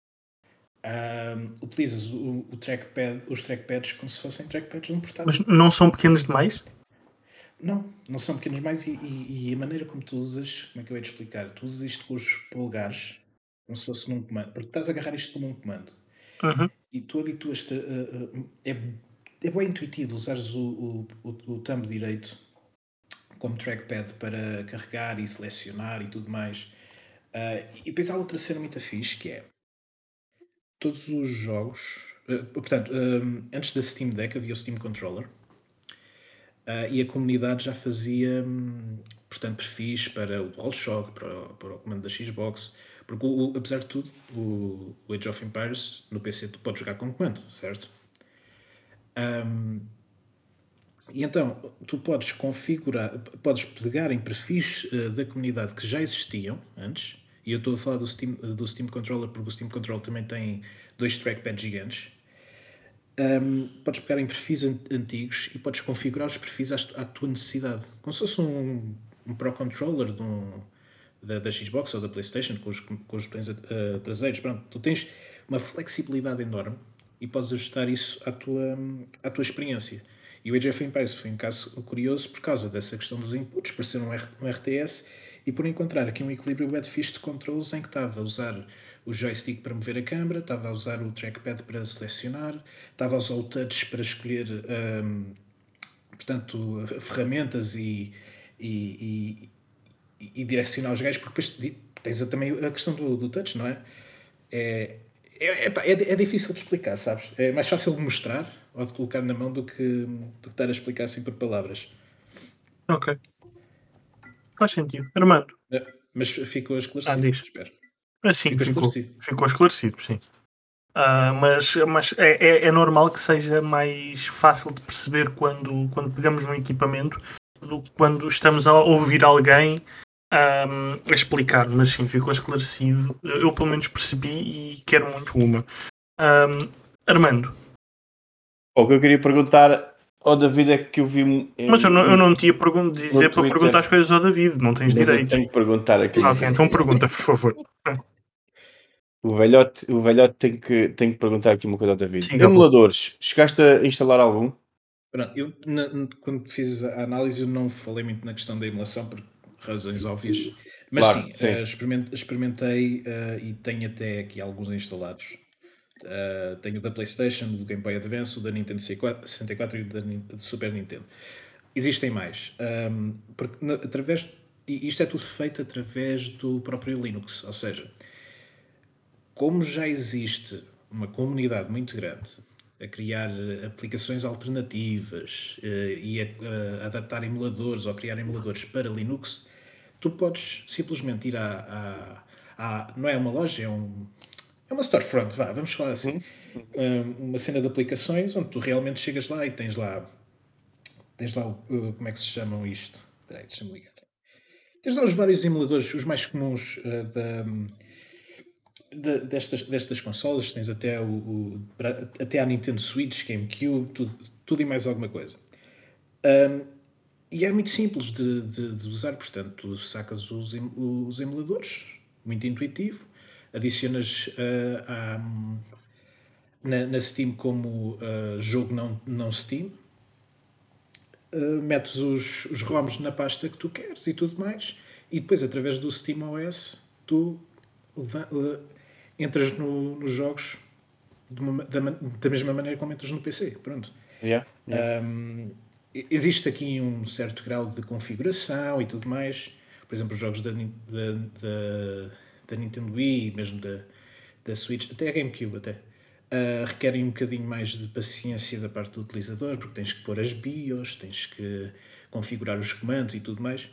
D: Ahm, utilizas o, o trackpad, os trackpads como se fossem trackpads de um portátil.
A: Mas não são pequenos demais?
D: Não, não são pequenos mais e, e- e a maneira como tu usas, como é que eu ia te explicar? Tu usas isto com os polegares, como se fosse num comando, porque estás a agarrar isto como um comando
A: Uhum.
D: e tu habituas-te a, a- a- é, é bem intuitivo usares o, o, o, o thumb direito como trackpad para carregar e selecionar e tudo mais. Ah, e depois há outra cena muito fixe que é todos os jogos. ah, portanto, ah, antes da Steam Deck havia o Steam Controller. Ah, e a comunidade já fazia, hum, portanto, perfis para o DualShock, para, o- para o comando da Xbox, porque o- o- apesar de tudo, o, o Age of Empires no P C tu podes jogar com comando, certo? Hum, e então tu podes configurar, podes pegar em perfis eh, da comunidade que já existiam antes, e eu estou a falar do Steam, do Steam Controller porque o Steam Controller também tem dois trackpads gigantes. Um, podes pegar em perfis an- antigos e podes configurar os perfis à, à tua necessidade. Como se fosse um, um Pro Controller de um- da, da Xbox ou da PlayStation com os, com os botões uh, traseiros. Pronto, tu tens uma flexibilidade enorme e podes ajustar isso à tua, à tua experiência. E o Age of Empires foi um caso curioso por causa dessa questão dos inputs, por ser um, R, um R T S e por encontrar aqui um equilíbrio bad fixe de controles em que estava a usar o joystick para mover a câmera, estava a usar o trackpad para selecionar, estava a usar o touch para escolher hum, portanto, ferramentas e, e, e, e direcionar os gajos, porque depois tens também a questão do, do touch, não é? É, é, é, é difícil de explicar, sabes? É mais fácil de mostrar ou de colocar na mão do que, do que estar a explicar assim por palavras.
A: Ok. Faz sentido. Armando.
D: É, mas ficou
A: Ah,
D: esclarecido,
A: diz.
D: espero.
A: Assim,
D: Ficou
A: ficou.
D: esclarecido.
A: Ficou esclarecido, sim. Ah, mas mas é, é, é normal que seja mais fácil de perceber quando, quando pegamos um equipamento do que quando estamos a ouvir alguém ahm, a explicar. Mas sim, ficou esclarecido. Eu, eu pelo menos percebi e quero muito uma. Ahm, Armando.
C: O que eu queria perguntar ao David é que eu vi. Em,
A: Mas eu não, eu não te ia pergun- dizer para
C: Twitter.
A: perguntar as coisas ao David, não tens
C: Mas eu
A: direito.
C: tenho que perguntar aqui.
A: Ah, ok, então pergunta, por favor.
C: O velhote, o velhote tem, que, tem que perguntar aqui uma coisa ao David.
A: Siga,
C: Emuladores, chegaste a instalar algum?
D: Pronto, eu na- quando fiz a análise eu não falei muito na questão da emulação por razões óbvias, mas
C: Claro,
D: sim,
C: sim.
D: eh, experiment- experimentei eh, e tenho até aqui alguns instalados. Eh, tenho o da PlayStation, do Game Boy Advance, o da Nintendo sessenta e quatro e o da Nin- do Super Nintendo. Existem mais, ahm, porque na- através e isto é tudo feito através do próprio Linux, ou seja, como já existe uma comunidade muito grande a criar eh, aplicações alternativas eh, e a, a adaptar emuladores ou criar emuladores para Linux, tu podes simplesmente ir à. à, à não é uma loja, é, um, é uma storefront, vá, vamos falar assim.
C: Uhum.
D: Um, uma cena de aplicações onde tu realmente chegas lá e tens lá. Tens lá o. o- Como é que se chamam isto? Espera aí, deixa-me ligar. Tens lá os vários emuladores, os mais comuns eh, da de- destas, destas consolas, tens até, o, o- pra- até a Nintendo Switch, GameCube, tudo, tudo e mais alguma coisa. Um, e é muito simples de, de- de usar, portanto, tu sacas os, em- os emuladores, muito intuitivo, adicionas uh, à- na, na Steam como uh, jogo não, não Steam, uh, metes os, os ROMs na pasta que tu queres e tudo mais, e depois, através do SteamOS, tu leva- uh, entras no- nos jogos de uma- da, man- da mesma maneira como entras no P C. Pronto.
C: Yeah, yeah.
D: Um, e- existe aqui um certo grau de configuração e tudo mais. Por exemplo, os jogos da, Nin- da, da, da Nintendo Wii, mesmo da, da Switch, até a GameCube até, uh, requerem um bocadinho mais de paciência da parte do utilizador, porque tens que pôr as BIOS, tens que configurar os comandos e tudo mais.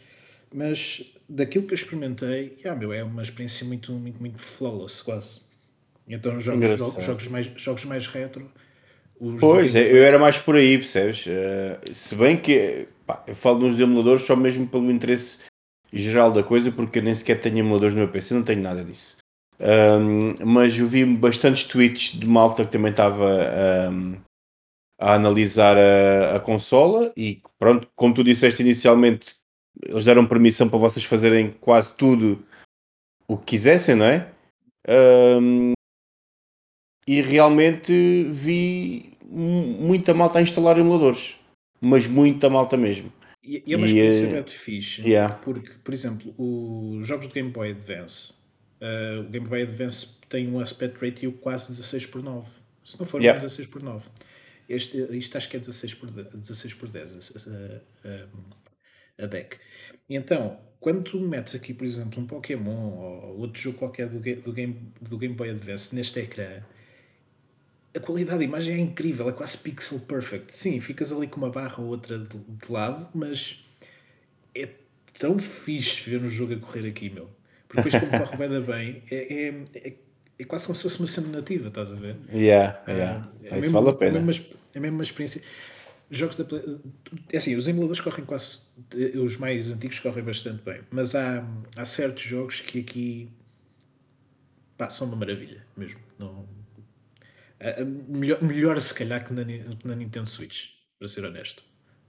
D: Mas daquilo que eu experimentei, yeah, meu, é uma experiência muito, muito, muito flawless, quase. Então, jogos, jogos,
C: Engraçado.
D: jogos, mais, jogos mais retro, os do
C: Pois,
D: Game
C: é, eu
D: Boy.
C: era mais por aí, percebes? Eh, se bem que, pá, eu falo nos emuladores só mesmo pelo interesse geral da coisa, porque eu nem sequer tenho emuladores no meu P C, não tenho nada disso. Ahm, mas eu vi bastantes tweets de malta que também estava ahm, a analisar a, a consola e pronto, como tu disseste inicialmente, eles deram permissão para vocês fazerem quase tudo o que quisessem, não é? Ahm, e realmente vi mu- muita malta a instalar emuladores, mas muita malta mesmo.
D: E, e é uma
C: E,
D: experiência
C: eh,
D: bem fixe,
C: yeah,
D: porque, por exemplo, os jogos do Game Boy Advance, uh, o Game Boy Advance tem um aspect ratio quase dezasseis por nove. Se não for mesmo
C: yeah.
D: dezasseis por nove. Este, isto acho que é dezasseis por dez, dezasseis por dez a, a, a deck. E então, quando tu metes aqui, por exemplo, um Pokémon ou outro jogo qualquer do, ga- do, game, do Game Boy Advance neste ecrã, a qualidade da imagem é incrível, é quase pixel perfect. Sim, ficas ali com uma barra ou outra de, de lado, mas é tão fixe ver um jogo a correr aqui, meu. Porque depois, como corre bem, bem é, é, é, é quase como se fosse uma cena nativa, estás a ver?
C: Yeah,
D: Ah,
C: yeah.
D: é,
C: Isso vale a
D: mesmo, é, mesmo
C: pena.
D: uma, é mesmo uma experiência. Jogos da Play... É assim, os emuladores correm quase. Os mais antigos correm bastante bem, mas há, há certos jogos que aqui pá, são uma maravilha mesmo. Não, ah, melhor, melhor se calhar que na, que na Nintendo Switch, para ser honesto.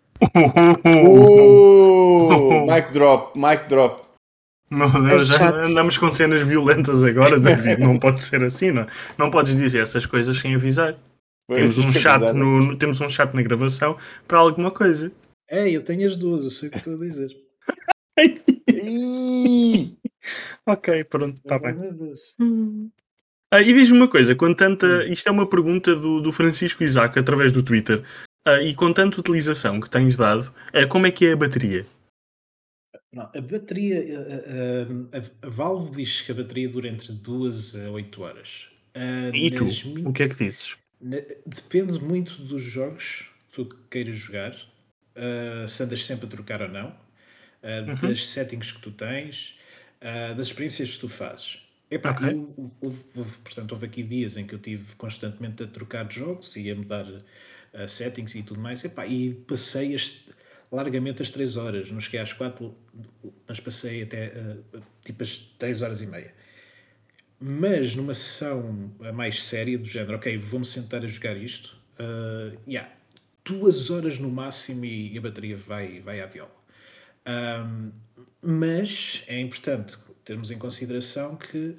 C: Oh, mic drop, mic drop.
A: Meu
B: É
A: Deus, já
B: chato.
A: andamos com cenas violentas agora, David. Não pode ser assim, não é? Não podes dizer essas coisas sem avisar.
C: Pois,
A: Temos um
C: que
A: chat,
C: avisar
A: no,
C: antes.
A: no- temos um chat na gravação para alguma coisa.
D: É, eu tenho as duas, eu sei o que estou a dizer.
C: Ih!
A: Ok, pronto,
D: Eu
A: está bem.
D: tenho as duas.
A: Ah, e diz-me uma coisa, com tanta.
D: Hum.
A: Isto é uma pergunta do, do Francisco Isaac através do Twitter. Ah, e com tanta utilização que tens dado, ah, como é que é a bateria?
D: Não, a bateria, a, a- a Valve diz que a bateria dura entre duas a oito horas. Ah,
A: E tu?
D: nas
A: O que é que dizes?
D: na- depende muito dos jogos que tu queiras jogar, ah, se andas sempre a trocar ou não, ah,
A: Uhum,
D: das settings que tu tens, ah, das experiências que tu fazes. Epá,
A: ok.
D: eu, houve, houve- portanto, houve aqui dias em que eu tive constantemente a trocar de jogos e a mudar ah, settings e tudo mais, epá, e passei as- largamente as três horas, não cheguei às quatro, mas passei até ah, tipo as três horas e meia. Mas numa sessão mais séria, do género, ok, vou-me sentar a jogar isto, uh, yeah, duas horas no máximo e a bateria vai, vai à viola. Um, mas é importante termos em consideração que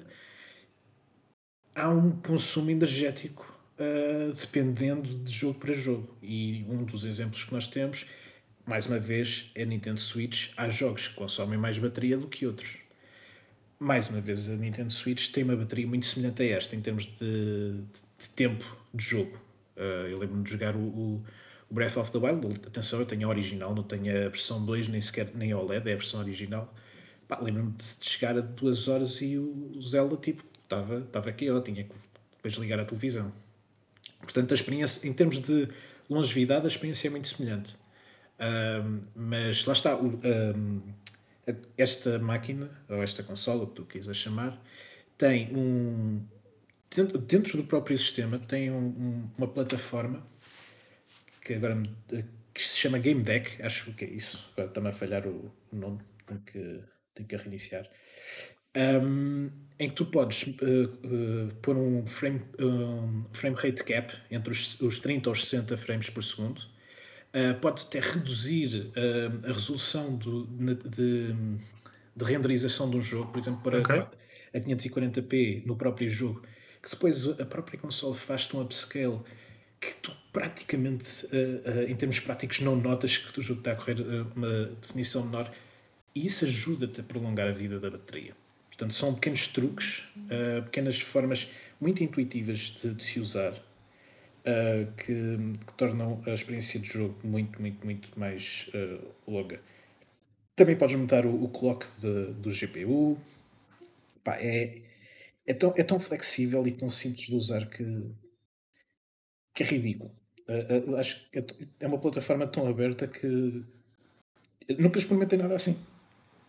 D: há um consumo energético uh, dependendo de jogo para jogo. E um dos exemplos que nós temos, mais uma vez, é a Nintendo Switch. Há jogos que consomem mais bateria do que outros. Mais uma vez, a Nintendo Switch tem uma bateria muito semelhante a esta em termos de, de, de tempo de jogo. Uh, eu lembro-me de jogar o, o, Breath of the Wild. Atenção, eu tenho a original, não tenho a versão dois, nem sequer nem a OLED, é a versão original. Pá, lembro-me de chegar a duas horas e o Zelda tipo estava estava aqui, eu tinha que depois ligar a televisão. Portanto, a experiência, em termos de longevidade, a experiência é muito semelhante. Um, mas lá está, o, um, esta máquina, ou esta consola, o que tu quiseres chamar, tem um. Dentro, dentro do próprio sistema, tem um, um, uma plataforma que agora me, que se chama Game Deck, acho que é isso. Agora está-me a falhar o, o nome, tenho que, tenho que reiniciar. Um, em que tu podes uh, uh, pôr um frame, um frame rate cap entre os, os trinta aos sessenta frames por segundo. Uh, podes até reduzir uh, a resolução do, de, de renderização de um jogo, por exemplo, para
A: Ok.
D: a quinhentos e quarenta p no próprio jogo, que depois a própria console faz-te um upscale que tu praticamente, uh, uh, em termos práticos, não notas que o jogo está a correr uh, uma definição menor, e isso ajuda-te a prolongar a vida da bateria. Portanto, são pequenos truques, uh, pequenas formas muito intuitivas de, de se usar, uh, que, que tornam a experiência de jogo muito, muito, muito mais uh, longa. Também podes montar o, o clock de, do G P U. Pá, é, é, tão, é tão flexível e tão simples de usar que, que é ridículo. Uh, uh, acho que é, é uma plataforma tão aberta que eu nunca experimentei nada assim.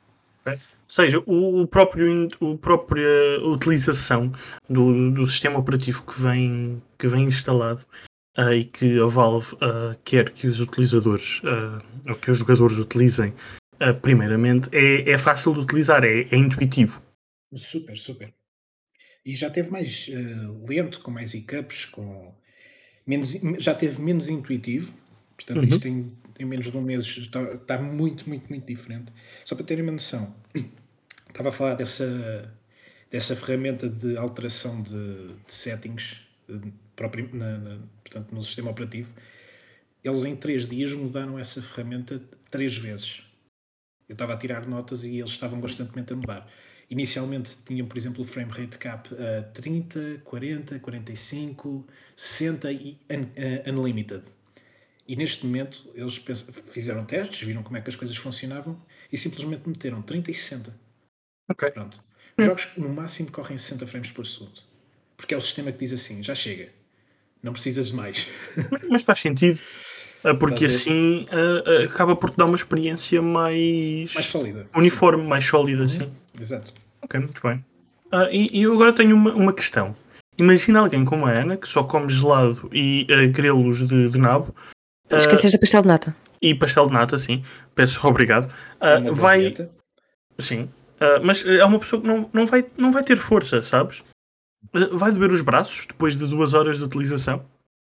A: Ou seja, o, o próprio, in- o própria utilização do, do sistema operativo que vem, que vem instalado ah, e que a Valve ah, quer que os utilizadores ah, ou que os jogadores utilizem ah, primeiramente é, é fácil de utilizar, é, é intuitivo.
D: Super, super. E já teve mais eh, lento, com mais hiccups, com menos, já teve menos intuitivo. Portanto,
A: Uhum.
D: isto em, em menos de um mês está, está muito, muito, muito diferente. Só para terem uma noção, estava a falar dessa, dessa ferramenta de alteração de, de settings eh, próprio, na, na- portanto, no sistema operativo. Eles em três dias mudaram essa ferramenta três vezes. Eu estava a tirar notas e eles estavam constantemente a mudar. Inicialmente tinham, por exemplo, o frame rate cap a trinta, quarenta, quarenta e cinco, sessenta e un, uh, unlimited. E neste momento eles pens- fizeram testes, viram como é que as coisas funcionavam e simplesmente meteram trinta e sessenta.
A: Ok.
D: Pronto. Os jogos no máximo correm sessenta frames por segundo. Porque é o sistema que diz assim, já chega. Não precisas de mais.
A: Mas faz sentido, ah, porque
D: Estás a ver?
A: assim ah, ah, acaba por te dar uma experiência
D: Mais
A: mais
D: sólida.
A: uniforme, mais sólida, sim.
D: Exato.
A: Ok, muito bem. Ah, e, e eu agora tenho uma, uma questão. Imagina alguém como a Ana, que só come gelado e ah, grelos de, de nabo
B: Não
A: ah,
B: te esqueces da pastel de nata.
A: e pastel de nata, sim. Peço obrigado.
D: É
A: Ah,
D: uma boa
A: vai,
D: dieta.
A: sim. Ah, mas é uma pessoa que não, não, vai, não vai ter força, sabes? Ah, vai doer os braços depois de duas horas de utilização.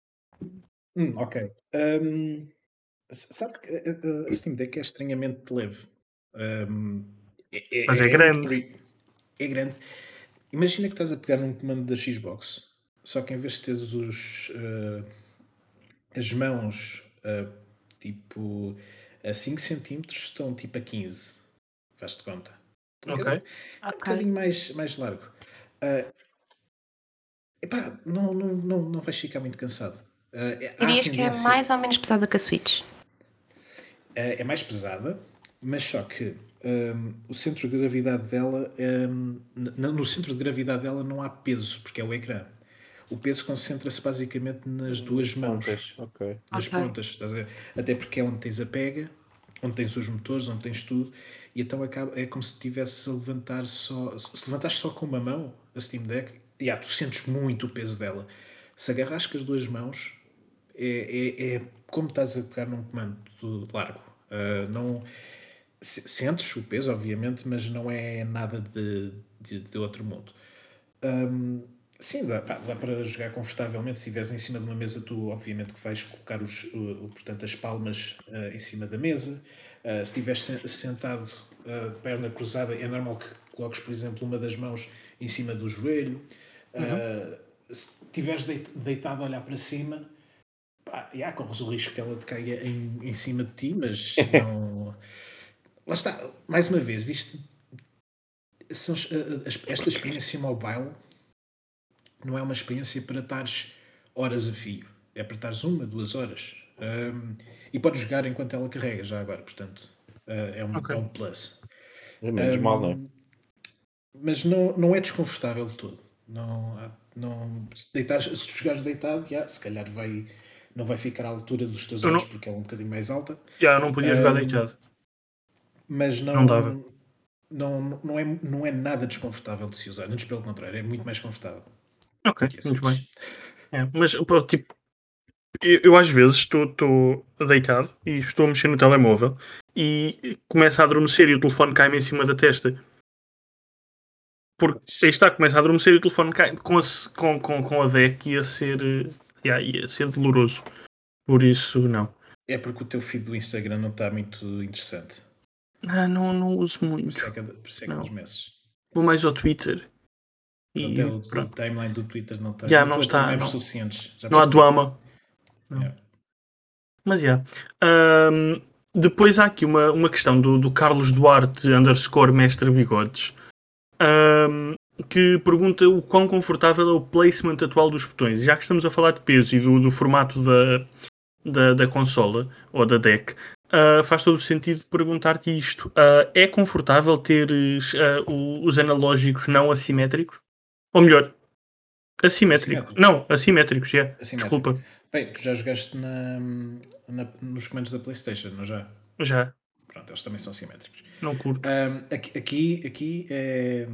D: Hum, ok. Hum, S- Sabe que a, a- a Steam Deck é estranhamente leve. Ahm, é,
A: Mas é
D: é- é muito por
A: grande.
D: aí. É grande. Imagina que estás a pegar num comando da Xbox, só que em vez de teres os, ah, as mãos ah, tipo a cinco centímetros, estão tipo a quinze. Faz-te conta. Um
A: Ok.
D: bocadinho, é um
B: Ok.
D: bocadinho mais, mais largo. Ah, epá, não, não, não, não vais ficar muito cansado. Ah, é- há a
B: Dirias que é
D: tendência.
B: mais ou menos pesada que a Switch?
D: é, é mais pesada, mas só que hum, o centro de gravidade dela, hum, n- no centro de gravidade dela não há peso, porque é o ecrã. O peso concentra-se basicamente nas duas mãos,
C: Pontas, ok.
D: nas
B: Ok.
D: pontas, estás a ver? Até porque é onde tens a pega, onde tens os motores, onde tens tudo, e então acaba, é como se estivesse a levantar só. Se se levantares só com uma mão a Steam Deck, yeah, tu sentes muito o peso dela. Se agarras com as duas mãos, é, é, é como estás a pegar num comando largo. Uh, não se- sentes o peso, obviamente, mas não é nada de, de, de outro mundo. Um, sim, dá, pá, dá para jogar confortavelmente. Se estiveres em cima de uma mesa, tu obviamente que vais colocar os, o, o- portanto, as palmas uh, em cima da mesa. Uh, se estiveres se- sentado, uh, de perna cruzada, é normal que coloques, por exemplo, uma das mãos em cima do joelho.
A: Uhum.
D: Uh, se estiveres deit- deitado a olhar para cima, pá, yeah, corres o risco que ela te caia em, em cima de ti, mas não. Lá está, mais uma vez, isto são, uh, as- esta experiência mobile não é uma experiência para estares horas a fio, é para estares uma, duas horas. Um, e podes jogar enquanto ela carrega, já agora, portanto, uh, é, um,
A: Ok.
D: é um plus.
C: É menos mal, não é?
D: Um, mas não, não é desconfortável de todo. Não, há- não, se, deitares, se tu jogares deitado, já, se calhar vai, não vai ficar à altura dos teus
A: Eu
D: olhos
A: não,
D: porque ela é um bocadinho mais alta.
A: já, eu não podia jogar
D: Um,
A: deitado.
D: mas
A: Não dava.
D: não, não, não, é, não é nada desconfortável de se usar, antes pelo contrário, é muito mais confortável
A: Ok,
D: que a
A: muito
D: Switch.
A: bem. É, mas, pô, tipo, eu, eu às vezes estou estou deitado e estou a mexer no telemóvel e começa a adormecer e o telefone cai-me em cima da testa. Porque aí está, começa a adormecer e o telefone cai com a, com, com, com a deck ia ser, eh, yeah, ia ser doloroso. Por isso, não.
D: É porque o teu feed do Instagram não está muito interessante.
A: Ah, não, não uso
D: Por
A: muito.
D: isso é que, por isso é que
A: Não.
D: adormeces.
A: Vou mais ao Twitter.
D: Pronto, é,
A: E
D: o, o
A: pronto.
D: timeline do Twitter não tem.
A: Já
D: Não
A: não
D: estou a ter
A: está,
D: memes
A: não,
D: suficientes. Já
A: não há
D: percebi.
A: drama. Não.
D: Yeah.
A: Mas já. Ahm, depois há aqui uma, uma questão do, do Carlos Duarte underscore Mestre Bigodes. Ahm, que pergunta o quão confortável é o placement atual dos botões. Já que estamos a falar de peso e do, do formato da, da, da consola ou da deck, uh, faz todo o sentido perguntar-te isto. Uh, é confortável teres uh, o- os analógicos não assimétricos? Ou melhor, assimétrico.
D: Assimétrico.
A: Não, assimétricos, é.
D: Assimétrico.
A: Desculpa.
D: Bem, tu já jogaste na, na- nos comandos da PlayStation, não já?
A: Já.
D: Pronto, eles também são simétricos.
A: Não curto.
D: Um, aqui aqui, aqui é,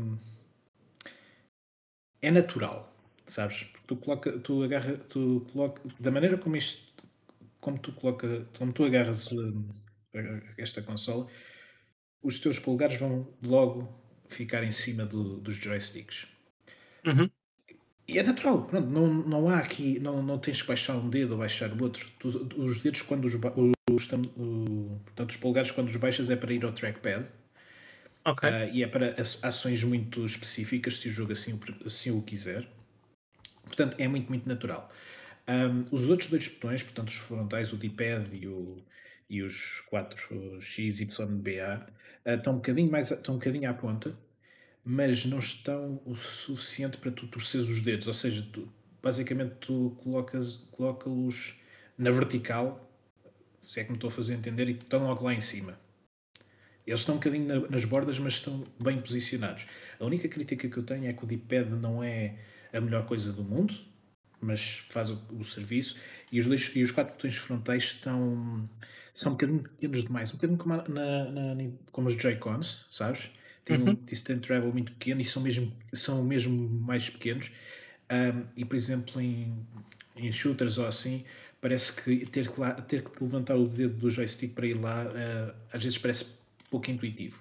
D: é natural, sabes? Porque tu coloca, tu agarra, tu coloca, da maneira como isto, como tu coloca, como tu agarras um, esta consola, os teus polegares vão logo ficar em cima do, dos joysticks.
A: Uhum.
D: E é natural, pronto, não, não há aqui, não, não tens que baixar um dedo ou baixar o outro. Tu, os dedos, quando os, os, o, portanto, os polegares, quando os baixas, é para ir ao trackpad.
A: Ok.
D: Uh, e é para ações muito específicas, se o jogo assim, assim o quiser. Portanto, é muito, muito natural. Um, os outros dois botões, portanto, os frontais, o D-pad e, o, e os quatro, o X, Y, B, A, uh, estão, um bocadinho mais, estão um bocadinho à ponta, mas não estão o suficiente para tu torceres os dedos. Ou seja, tu, basicamente tu colocas, colocas-los na vertical, se é que me estou a fazer entender, e estão logo lá em cima. Eles estão um bocadinho na, nas bordas, mas estão bem posicionados. A única crítica que eu tenho é que o D-pad não é a melhor coisa do mundo, mas faz o, o serviço. E os, dois, e os quatro botões frontais estão, são um bocadinho pequenos demais. Um bocadinho como, a, na, na, como os Joy-Cons, sabes? Tem
A: Uhum.
D: um distance travel muito pequeno e são mesmo, são mesmo mais pequenos. Um, e, por exemplo, em, em shooters ou assim, parece que ter que, lá, ter que levantar o dedo do joystick para ir lá, uh, às vezes parece pouco intuitivo.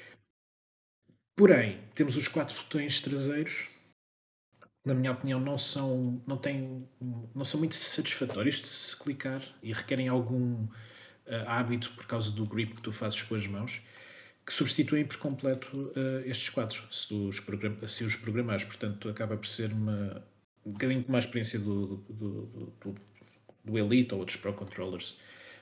D: Porém, temos os quatro botões traseiros, na minha opinião, não são, não têm, não são muito satisfatórios de se clicar e requerem algum uh, hábito por causa do grip que tu fazes com as mãos, que substituem por completo uh, estes quatro, se, tu os program, se os programares. Portanto, acaba por ser uma, um bocadinho como a experiência do, do, do, do, do Elite ou outros Pro Controllers.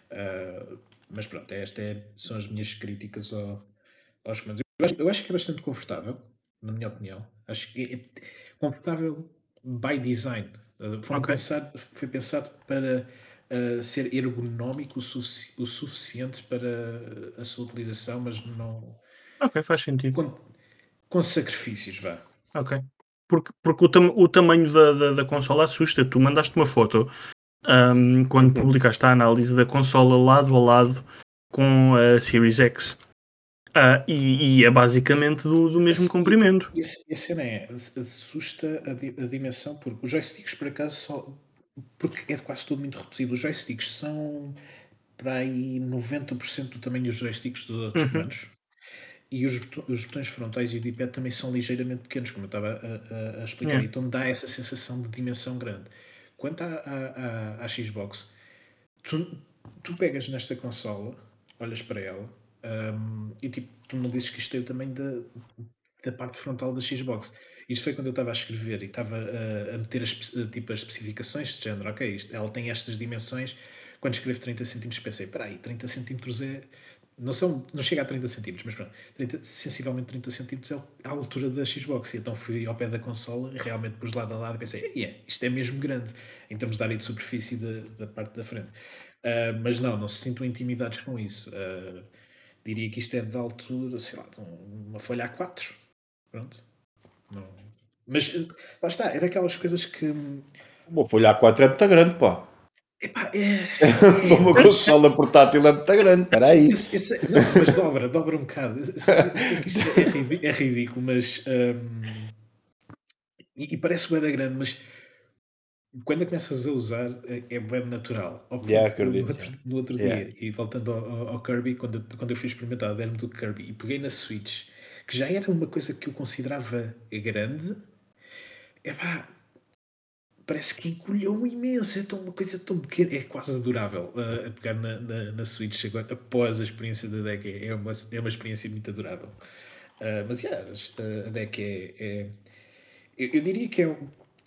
D: Uh, mas pronto, estas é, são as minhas críticas ao, aos comandos. Eu acho, eu acho que é bastante confortável, na minha opinião. Acho que é, é confortável by design. Uh, foi,
A: Ok.
D: pensado, foi pensado para uh, ser ergonómico o, sufici- o suficiente para a sua utilização, mas não
A: Ok, faz sentido.
D: com, com sacrifícios, vá.
A: Ok. Porque, porque o, tam- o tamanho da, da, da consola assusta. Tu mandaste uma foto um, quando
C: Uhum.
A: publicaste a análise da consola lado a lado com a Series X. Uh, e, e é basicamente do, do mesmo comprimento.
D: E a cena é, assusta a, di- a dimensão, porque os joysticks, por acaso, só. Porque é quase tudo muito reduzido. Os joysticks são para aí noventa por cento do tamanho dos joysticks dos outros
A: Uhum.
D: comandos. E os, botões, os botões frontais e o D-pad também são ligeiramente pequenos, como eu estava a, a, a explicar.
A: Yeah.
D: Então dá essa sensação de dimensão grande. Quanto à, à, à, à Xbox, tu, tu pegas nesta consola, olhas para ela, um, e tipo, tu não dizes que isto é o tamanho da, da parte frontal da Xbox. Isto foi quando eu estava a escrever e estava a, a meter as, tipo, as especificações de género. Ok, isto, ela tem estas dimensões. Quando escrevo trinta centímetros pensei, espera aí, trinta centímetros é... Não, são, não chega a trinta centímetros, mas pronto, trinta, sensivelmente trinta centímetros é a altura da Xbox. E então fui ao pé da consola e realmente pus lado a lado e pensei, yeah, isto é mesmo grande em termos de área de superfície da, da parte da frente. Uh, mas não, não se sintam intimidados com isso. Uh, diria que isto é de altura, sei lá, uma folha A quatro. Pronto. Não. Mas lá está, é daquelas coisas que.
C: Uma folha A quatro é muito grande, pá.
D: Epá, é.
C: Para uma consola portátil é muito grande, espera aí.
D: Esse- esse- não, mas dobra, dobra um bocado. Eu sei, eu sei que isto é, ridi- é ridículo, mas. hum, e, e parece bué da grande, mas quando a começas a usar é, é bué natural. Ao ponto
C: Yeah,
D: de, no
C: acredito,
D: outro,
C: yeah.
D: no outro
C: Yeah.
D: dia, e voltando ao, ao- ao Kirby, quando, eu- quando eu fui experimentar, deram-me do Kirby e peguei na Switch, que já era uma coisa que eu considerava grande, epá, parece que encolheu imenso, é tão, uma coisa tão pequena, é quase adorável uh, a pegar na, na, na Switch agora, após a experiência da D E C, é uma, é uma experiência muito adorável. Uh, mas, yeah, uh, a D E C é... é eu, eu diria que é... um-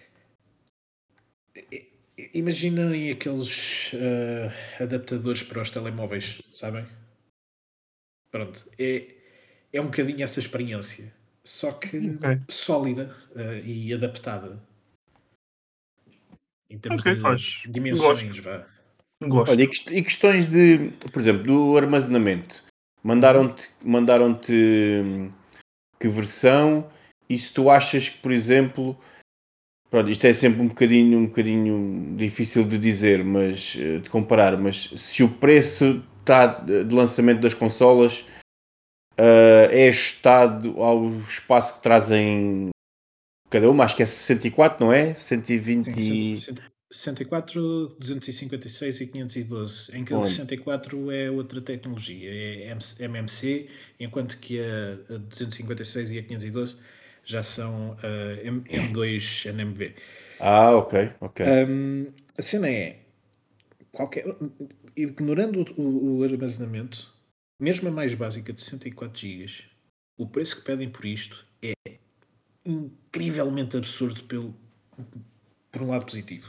D: é- é- Imaginem aqueles uh, adaptadores para os telemóveis, sabem? Pronto, é, é um bocadinho essa experiência, só que
A: Ok.
D: sólida uh, e adaptada em termos
A: Ok,
D: de
A: faz.
D: dimensões,
A: Gosto.
D: vá.
A: Gosto.
C: Olha, e quest- e questões de, por exemplo, do armazenamento. Mandaram-te mandaram-te hum, que versão e se tu achas que, por exemplo, pronto, isto é sempre um bocadinho, um bocadinho difícil de dizer, mas eh, de comparar, mas se o preço está de lançamento das consolas uh, é ajustado ao espaço que trazem cada uma, acho que é sessenta e quatro, não é? cento e vinte
D: Sim,
C: e...
D: sessenta e quatro, duzentos e cinquenta e seis e quinhentos e doze, em que a
C: Onde?
D: sessenta e quatro é outra tecnologia, é M M C, enquanto que a a duzentos e cinquenta e seis e a quinhentos e doze já são ah, M- M2 N M V.
C: Ah, ok, ok.
D: Hum, a cena é, qualquer, ignorando o, o- o armazenamento, mesmo a mais básica de sessenta e quatro gigas, o preço que pedem por isto é incrivelmente absurdo pelo, por um lado positivo.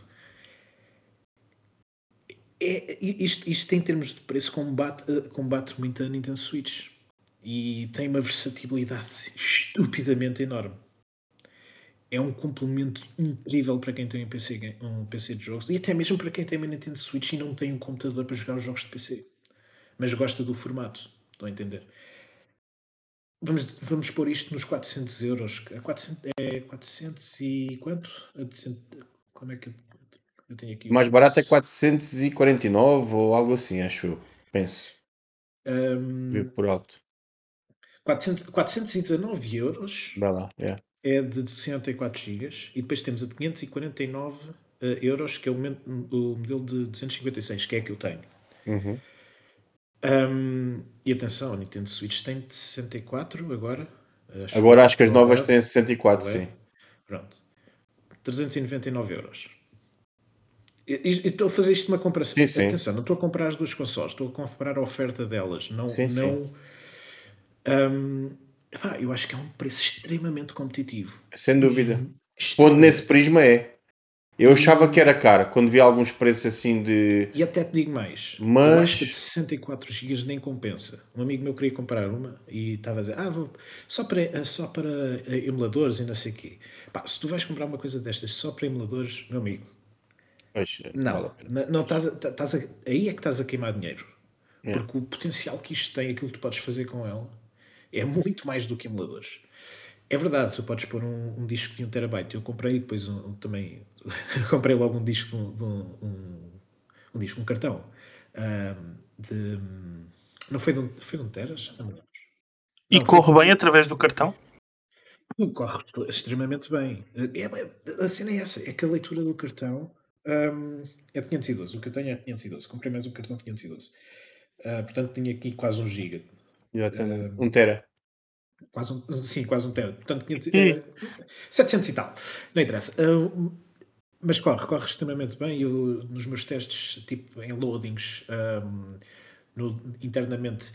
D: É, isto, isto em termos de preço combate, eh, combate muito a Nintendo Switch e tem uma versatilidade estupidamente enorme. É um complemento incrível para quem tem um P C, ga- um P C de jogos e até mesmo para quem tem uma Nintendo Switch e não tem um computador para jogar os jogos de P C, mas gosta do formato. Estão a entender? Vamos, vamos pôr isto nos quatrocentos euros. A quatrocentos, é quatrocentos e quanto? A duzentos, como é que eu, eu tenho aqui
C: O
D: o
C: mais barato é
D: preço?
C: quatrocentos e quarenta e nove ou algo assim, acho eu. Penso. Ver
D: Hum,
C: por alto.
D: quatrocentos, quatrocentos e dezanove euros
C: Dá lá, é.
D: é de sessenta e quatro gigas e depois temos a de quinhentos e quarenta e nove eh, euros, que é o, men- o modelo de duzentos e cinquenta e seis, que é a que eu tenho.
C: Uhum.
D: Hum, e atenção, a Nintendo Switch tem de sessenta e quatro agora, acho
C: Agora
D: eu,
C: acho que as
D: ou
C: novas
D: OLED,
C: têm sessenta e quatro, sim.
D: OLED, pronto, trezentos e noventa e nove euros. E e estou a fazer isto de uma comparação.
C: Sim, sim.
D: Atenção, não estou a comprar as duas consoles, estou a comparar a oferta delas. Não,
C: Sim, sim.
D: não, hum, epá, eu acho que é um preço extremamente competitivo.
C: Sem dúvida. Pondo nesse
D: Extremamente.
C: prisma é. Eu achava que
D: E,
C: era caro quando vi alguns preços assim de.
D: e até te digo mais. Eu acho que a de
C: Mas.
D: sessenta e quatro gigas nem compensa. Um amigo meu queria comprar uma e estava a dizer: Ah, vou, só para, só para eh, emuladores e não sei o quê. Pá, se tu vais comprar uma coisa destas só para emuladores, meu amigo,
C: Pois, não vale
D: não.
C: a pena.
D: Não, não estás a- estás a- aí é que estás a queimar dinheiro.
C: É.
D: Porque o potencial que isto tem, aquilo que tu podes fazer com ela, é muito mais do que emuladores. É verdade, tu podes pôr um, um disco de um terabyte. Eu comprei depois um, um também. comprei logo um disco de um, de um- um- um disco, um cartão. ahm, de. Não foi de um, foi de um tera? Já não me lembro.
A: E
D: Não, foi
A: corre
D: de,
A: bem através do cartão?
D: corre extremamente bem. É, é- a cena é essa, é que a leitura do cartão ahm, é de quinhentos e doze. O que eu tenho é quinhentos e doze. Comprei mais um cartão de quinhentos e doze. Ah, portanto, tinha aqui quase um giga.
C: Exatamente. Um tera.
D: Quase um, sim, quase um tera. Portanto, quinhentos,
A: E,
D: eh, setecentos e tal. Não interessa. Ah, mas corre, corre extremamente bem. Eu, nos meus testes, tipo em loadings, ahm, no- internamente,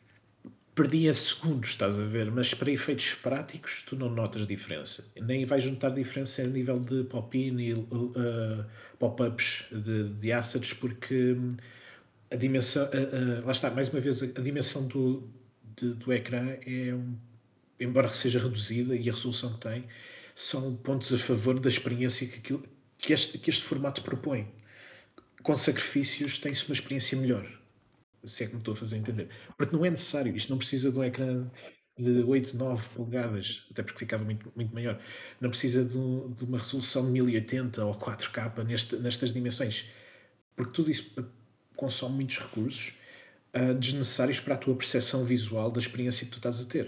D: perdia segundos, estás a ver? Mas para efeitos práticos, tu não notas diferença. Nem vais notar diferença a nível de pop-in e uh, pop-ups de, de assets, porque hum, a dimensão, uh, uh, lá está, mais uma vez, a, a dimensão do, de- do ecrã é, um, embora seja reduzida e a resolução que tem, são pontos a favor da experiência que, aquilo, que, este, que este formato propõe. Com sacrifícios tem-se uma experiência melhor, se é que me estou a fazer entender. Porque não é necessário, isto não precisa de um ecrã de oito, nove polegadas, até porque ficava muito, muito maior. Não precisa de, um- de uma resolução de mil e oitenta ou quatro K neste, nestas dimensões, porque tudo isso consome muitos recursos ah, desnecessários para a tua percepção visual da experiência que tu estás a ter.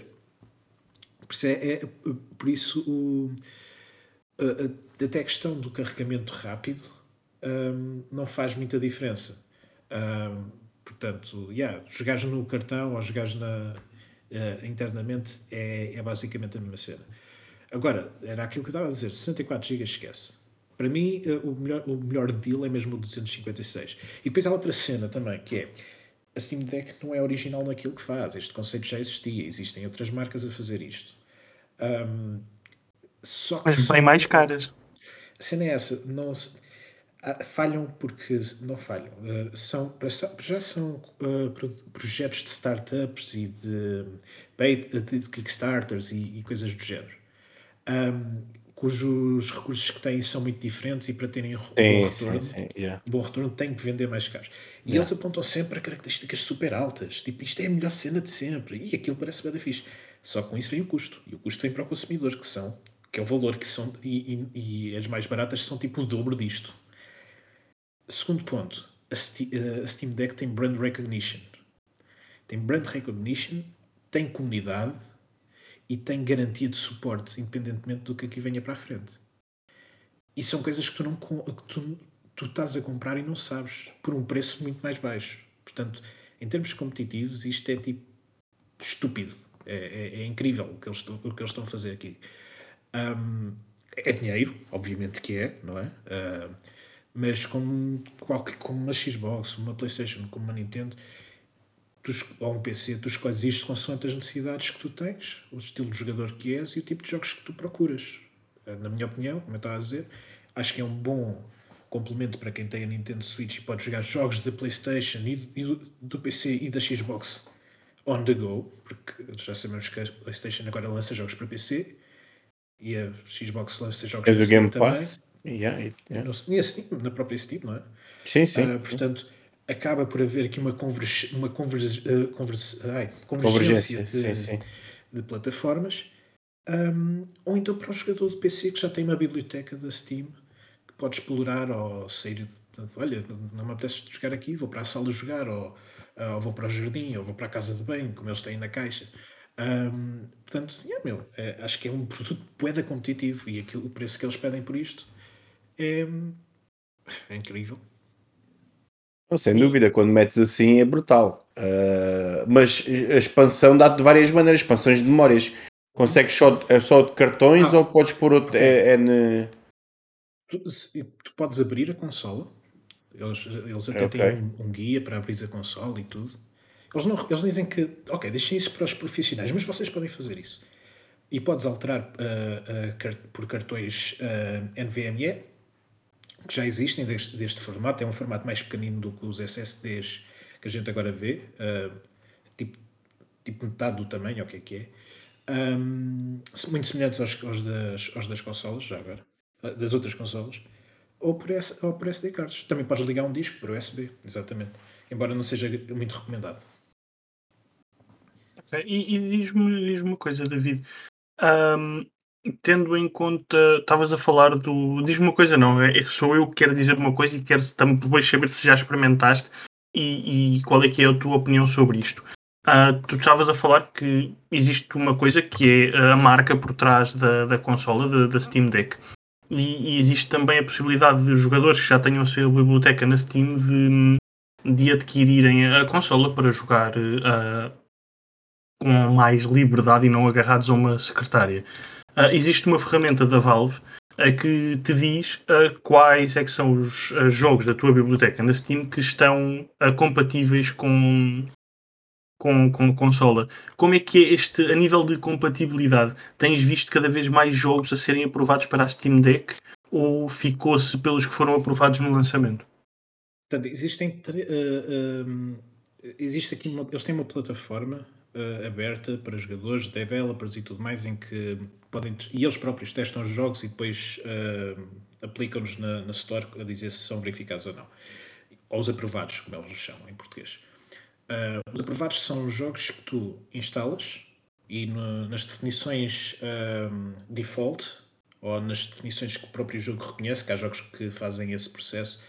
D: Por isso, é, é- por isso o, a- a- até a questão do carregamento rápido hum, não faz muita diferença. Hum, portanto, yeah, jogares no cartão ou jogares na, eh, internamente é, é basicamente a mesma cena. Agora, era aquilo que eu estava a dizer: sessenta e quatro gigas esquece. Para mim, eh, o melhor, o melhor deal é mesmo o duzentos e cinquenta e seis. E depois há outra cena também, que é a Steam Deck não é original naquilo que faz. Este conceito já existia. Existem outras marcas a fazer isto. Hum, só que
A: mas bem
D: são.
A: mais caras.
D: A cena é essa. Não, ah, falham porque não falham. Uh, são, para já para já são uh, pro- projetos de startups e de, bait- de Kickstarters e, e coisas do género, um, cujos recursos que têm são muito diferentes e para terem um bom
C: Sim, sim,
D: retorno,
C: sim. Yeah.
D: um bom retorno têm que vender mais caros. E
C: Yeah.
D: eles apontam sempre para características super altas. Tipo, isto é a melhor cena de sempre. E aquilo parece bem da fixe. Só que com isso vem o custo. E o custo vem para o consumidor, que são, que é o valor, que são, e, e, e as mais baratas são tipo o dobro disto. Segundo ponto, a, Sti- a Steam Deck tem brand recognition. tem brand recognition, tem comunidade e tem garantia de suporte, independentemente do que aqui venha para a frente. E são coisas que tu, não, que tu, tu estás a comprar e não sabes, por um preço muito mais baixo. Portanto, em termos competitivos, isto é tipo estúpido. É, é, é incrível o que, eles, o que eles estão a fazer aqui. Um, é dinheiro, obviamente que é, não é? Uh, mas como, qualquer, como uma Xbox, uma PlayStation, como uma Nintendo, tu, ou um P C, tu escolhes isto consoante as necessidades que tu tens, o estilo de jogador que és e o tipo de jogos que tu procuras. Uh, na minha opinião, como eu estava a dizer, acho que é um bom complemento para quem tem a Nintendo Switch e pode jogar jogos da PlayStation e, e do, do P C e da Xbox on the go, porque já sabemos que a PlayStation agora lança jogos para P C e a Xbox lança jogos
C: É
D: para
C: do
D: Steam
C: Game
D: também.
C: Pass. Yeah, yeah.
D: No, e a Steam, na própria Steam, não é?
C: Sim, sim.
D: Uh, portanto, acaba por haver aqui uma, converg, uma converg, uh, converg, ai,
C: Convergência,
D: convergência de,
C: sim, sim.
D: de plataformas. Um, ou então para o jogador de P C que já tem uma biblioteca da Steam que pode explorar ou sair. Olha, não me apetece jogar aqui, vou para a sala jogar, ou, ou vou para o jardim, ou vou para a casa de banho, como eles têm na caixa. Um, portanto, yeah, meu, é, acho que é um produto bué competitivo e aquilo, o preço que eles pedem por isto é, é incrível.
C: Não, sem dúvida, quando metes assim é brutal. Uh, mas a expansão dá-te de várias maneiras, expansões de memórias. Consegues só, é só de cartões
D: Ah,
C: ou podes pôr outro.
D: ok.
C: É, é ne-
D: Tu, tu podes abrir a consola, eles, eles até
C: Ok.
D: têm um, um guia para abrir a consola e tudo. Eles, não, eles dizem que, ok, deixem isso para os profissionais, mas vocês podem fazer isso. E podes alterar uh, uh, cart- por cartões uh, N V M e, que já existem deste, deste formato. É um formato mais pequenino do que os S S Ds que a gente agora vê. Uh, tipo, tipo metade do tamanho, o que é que é. Um, muito semelhantes aos, aos, das, aos das consolas, já agora. Uh, das outras consolas. Ou por, S, ou por S D cards. Também podes ligar um disco por U S B, exatamente. Embora não seja muito recomendado.
A: Okay. E, e diz-me diz uma coisa, David. Um, tendo em conta, estavas a falar do. Diz-me uma coisa, não, é, é que sou eu que quero dizer uma coisa e quero também depois saber se já experimentaste e, e qual é que é a tua opinião sobre isto. Uh, tu estavas a falar que existe uma coisa que é a marca por trás da, da consola, da, da Steam Deck. E, e existe também a possibilidade de jogadores que já tenham a sua biblioteca na Steam de, de adquirirem a consola para jogar uh, com mais liberdade e não agarrados a uma secretária. Uh, existe uma ferramenta da Valve uh, que te diz uh, quais é que são os uh, jogos da tua biblioteca na Steam que estão uh, compatíveis com, com, com consola. Como é que é este, a nível de compatibilidade? Tens visto cada vez mais jogos a serem aprovados para a Steam Deck ou ficou-se pelos que foram aprovados no lançamento?
D: Portanto, existem. Uh, um, existe aqui uma, eles têm uma plataforma uh, aberta para jogadores, developers e tudo mais, em que podem. E eles próprios testam os jogos e depois uh, aplicam-nos na, na Store a dizer se são verificados ou não. Ou os aprovados, como eles chamam em português. Uh, os aprovados são jogos que tu instalas e no, nas definições um, default ou nas definições que o próprio jogo reconhece, que há jogos que fazem esse processo,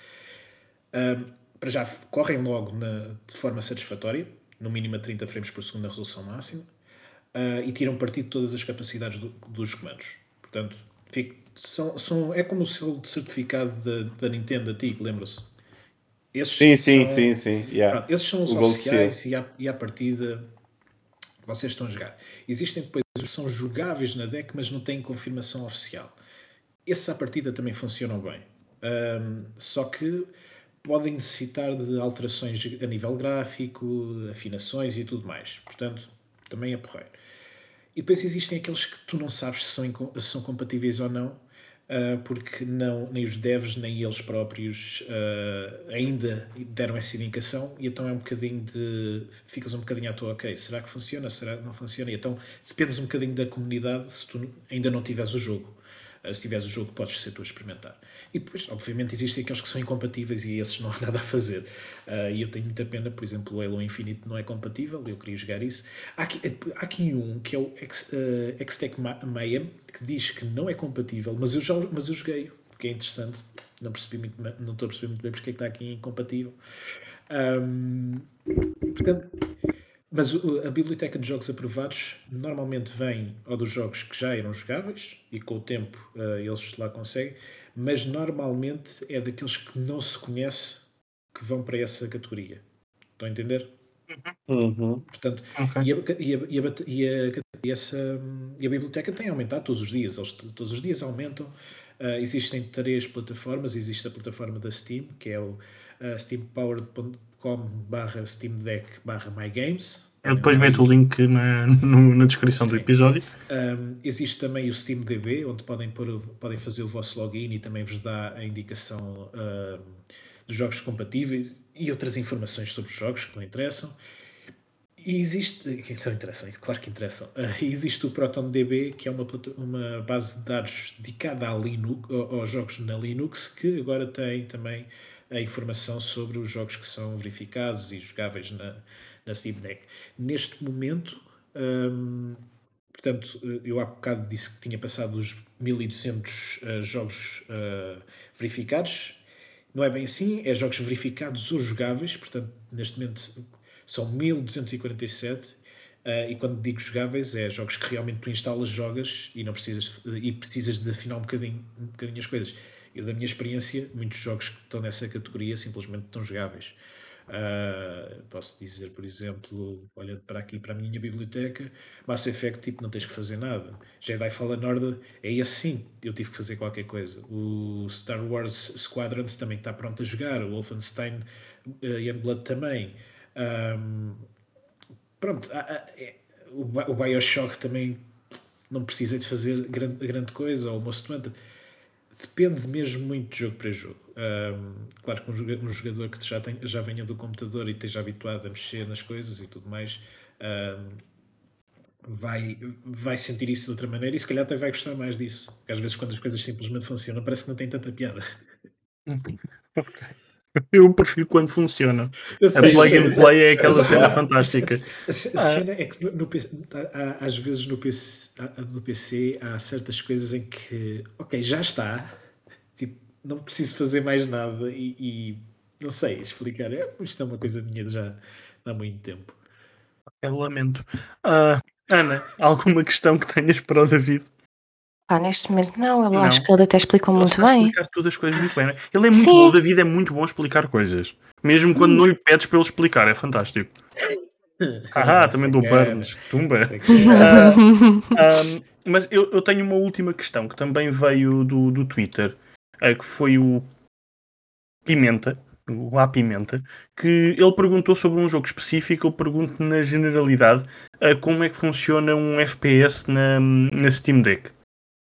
D: um, para já correm logo na, de forma satisfatória, no mínimo a trinta frames por segundo na resolução máxima, uh, e tiram partido de todas as capacidades do, dos comandos. Portanto, fico, são, são, é como o selo de certificado da, da Nintendo antigo, lembra-se? Esses
C: Sim, sim,
D: são,
C: sim, sim. Yeah.
D: pronto, esses são os
C: O Gold
D: oficiais e à, e à partida vocês estão a jogar. Existem depois os que são jogáveis na deck, mas não têm confirmação oficial. Esses à partida também funcionam bem. Um, só que podem necessitar de alterações a nível gráfico, afinações e tudo mais. Portanto, também é porreiro. E depois existem aqueles que tu não sabes se são, se são compatíveis ou não, uh, porque não, nem os devs, nem eles próprios uh, ainda deram essa indicação, e então é um bocadinho de... ficas um bocadinho à toa, ok, será que funciona, será que não funciona? E então dependes um bocadinho da comunidade se tu ainda não tiveres o jogo. Uh, se tiveres o jogo, podes ser tu a experimentar. E depois, obviamente, existem aqueles que são incompatíveis e esses não há nada a fazer. Uh, e eu tenho muita pena, por exemplo, o Halo Infinite não é compatível, eu queria jogar isso. Há aqui, há aqui um que é o X, uh, X-Tech Mayhem, que diz que não é compatível, mas eu, já, mas eu joguei, porque é interessante. Não, percebi muito, não estou a perceber muito bem porque é que está aqui incompatível. Um, portanto, Mas o- a biblioteca de jogos aprovados normalmente vem ou dos jogos que já eram jogáveis e com o tempo eh, eles lá conseguem, mas normalmente é daqueles que não se conhece que vão para essa categoria. Estão a entender?
C: Uhum.
D: Portanto,
A: Ok.
D: e, a, e, a, e, a, bate- e, a, e essa, e a biblioteca tem aumentado todos os dias. Eles t- todos os dias aumentam. Ah, existem três plataformas. Existe a plataforma da Steam, que é o uh, steampowered ponto com barra Steam Deck barra My Games.
A: Eu depois meto o link na, no- na descrição do
D: Sim.
A: episódio.
D: Um, existe também o SteamDB, onde podem, pôr, podem fazer o vosso login e também vos dá a indicação um, dos jogos compatíveis e outras informações sobre os jogos que não interessam. E existe, que não interessam, claro que interessam. Uh, existe o ProtonDB, que é uma, uma base de dados dedicada à Linux, aos jogos na Linux, que agora tem também a informação sobre os jogos que são verificados e jogáveis na, na Steam Deck. Neste momento, um, portanto, eu há bocado disse que tinha passado os mil e duzentos uh, jogos uh, verificados. Não é bem assim, é jogos verificados ou jogáveis, portanto, neste momento são mil duzentos e quarenta e sete, uh, e quando digo jogáveis é jogos que realmente tu instalas, jogas e não precisas e precisas de afinar um bocadinho, um bocadinho as coisas. Eu, da minha experiência, muitos jogos que estão nessa categoria simplesmente estão jogáveis. Uh, posso dizer, por exemplo, olhando para aqui para a minha biblioteca, Mass Effect, tipo, não tens que fazer nada. Jedi Fallen Order é esse sim, eu tive que fazer qualquer coisa. O Star Wars Squadrons também está pronto a jogar, o Wolfenstein uh, Youngblood também. Um, pronto, há, há, é, o, o Bioshock também não precisa de fazer grande, grande coisa, ou o Most Wanted. Depende mesmo muito de jogo para jogo. Um, claro que um jogador, um jogador que já, tem, já venha do computador e esteja habituado a mexer nas coisas e tudo mais, um, vai, vai sentir isso de outra maneira e se calhar até vai gostar mais disso. Porque às vezes quando as coisas simplesmente funcionam parece que não tem tanta piada.
A: Ok. Eu prefiro quando funciona.
D: Eu
A: A
D: sei,
A: plug and
D: mas-
A: play é aquela
D: mas-
A: cena
D: a-
A: fantástica.
D: A, a- a
A: Ah.
D: cena é que no, no P C, há- às vezes no P C, há- no P C há certas coisas em que, ok, já está, tipo, não preciso fazer mais nada e, e não sei explicar. É, isto é uma coisa minha já há muito tempo.
A: Eu lamento. Ah, Ana, alguma questão que tenhas para o David?
B: Pá, neste momento não, eu
A: Não.
B: acho que ele até explicou
A: Ele
B: muito
A: sabe
B: bem.
A: explicar todas as coisas muito bem, né? Ele é muito
B: Sim.
A: bom, o David é muito bom a explicar coisas. Mesmo quando não lhe pedes para ele explicar, é fantástico. Haha, também dou
D: Sacana,
A: burns. Tumba.
D: sacana.
A: Ah, um, mas eu, eu tenho uma última questão que também veio do, do Twitter, uh, que foi o Pimenta, o A Pimenta, que ele perguntou sobre um jogo específico. Eu pergunto na generalidade uh, como é que funciona um F P S na, na Steam Deck.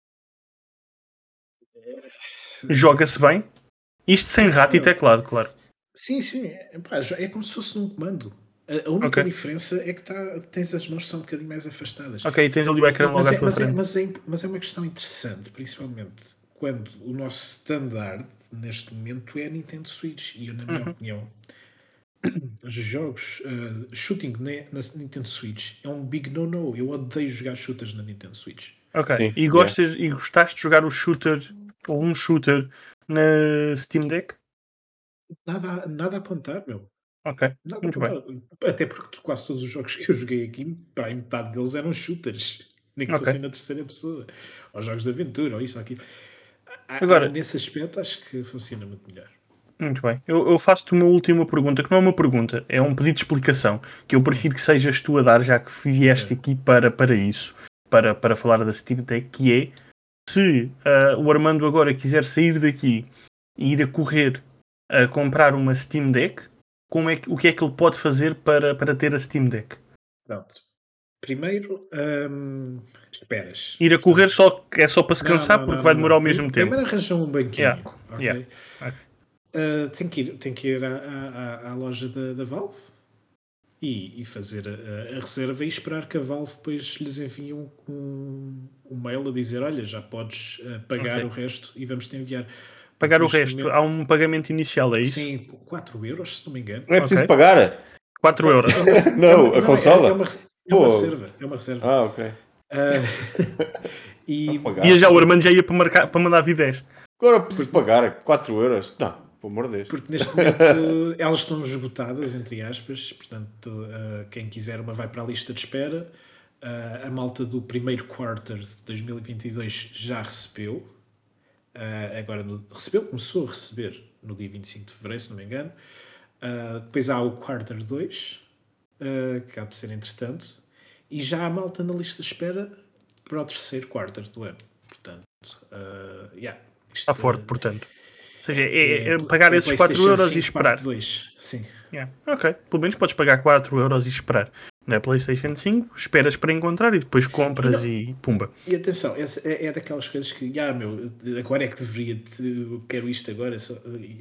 A: Joga-se bem? Isto sem rato e teclado, claro.
D: Sim, sim, é, pá, é como se fosse num comando. A, a única
A: Ok.
D: diferença é que tá, tens as mãos que são um bocadinho mais afastadas.
A: Ok, tens ali o ecrã logo
D: Mas
A: à
D: é,
A: tua
D: mas, é,
A: frente.
D: mas, é, mas é uma questão interessante, principalmente quando o nosso standard neste momento é a Nintendo Switch. E eu, na minha
A: Uhum.
D: opinião, os jogos uh, shooting na, na Nintendo Switch é um big no-no. Eu odeio jogar shooters na Nintendo Switch.
A: Ok,
C: Sim,
A: e, gostas, e gostaste de jogar o shooter ou um shooter na Steam Deck?
D: Nada, a- nada a apontar, meu.
A: Ok,
D: Nada a
A: muito bem.
D: apontar. Até porque quase todos os jogos que eu joguei aqui, para a metade deles eram shooters. Nem que
A: Ok.
D: fossem na terceira pessoa. Ou jogos de aventura, ou isto ou aquilo. Há-
A: Agora-
D: há- nesse aspecto, acho que funciona muito melhor.
A: Muito bem. Eu, eu faço-te uma última pergunta, que não é uma pergunta, é um pedido de explicação, que eu prefiro que sejas tu a dar, já que vieste aqui para, para isso, para, para falar da Steam Deck, que é, se uh, o Armando agora quiser sair daqui e ir a correr a comprar uma Steam Deck, como é que, o que é que ele pode fazer para, para ter a Steam Deck?
D: Pronto. Primeiro, hum, esperas.
A: Ir a correr só, é só para se
D: Não,
A: cansar,
D: não,
A: porque
D: não,
A: vai
D: não,
A: demorar
D: não.
A: ao mesmo
D: Primeiro
A: tempo.
D: arranja um banquinho.
A: Yeah,
D: Ok?
A: yeah. Ok.
D: Uh, tem que ir, tem que ir à, à- à- à loja da, da Valve e, e fazer a, a reserva e esperar que a Valve depois lhes envie um, um, um mail a dizer: olha, já podes uh, pagar
A: Ok.
D: o resto e vamos te enviar.
A: Pagar o
D: Neste
A: resto,
D: momento-
A: há um pagamento inicial, é isso?
D: Sim, quatro euros, se não me engano.
C: Não é preciso
A: Ok.
C: pagar?
A: quatro euros.
D: É uma-
C: Não,
D: é
C: a
D: uma-
C: consola?
D: É, é uma, res- é uma
C: Pô.
D: reserva. É uma reserva.
C: Ah, ok.
D: Uh, e,
C: Não pagar.
A: E já o Armando já ia para, marcar, para mandar vir dez.
C: Agora preciso pagar quatro euros? Não, pelo amor de Deus.
D: Porque neste momento elas estão esgotadas, entre aspas, portanto, uh, quem quiser uma vai para a lista de espera. Uh, a malta do primeiro quarter de dois mil e vinte e dois já recebeu. Uh, agora no, recebeu, começou a receber no dia vinte e cinco de fevereiro, se não me engano. Uh, depois há o quarter dois, uh, que há de ser entretanto. E já há malta na lista de espera para o terceiro quarter do ano. Portanto, uh, yeah, isto,
A: Está forte, portanto. Ou seja, é,
D: é,
A: é pagar
D: é
A: esses quatro euros e esperar.
D: dois, sim.
A: Yeah. Ok, pelo menos podes pagar quatro euros e esperar. Na PlayStation cinco, esperas para encontrar e depois compras e, e pumba.
D: E atenção, essa é, é daquelas coisas que, ah, meu, agora é que deveria, eu quero isto agora, só,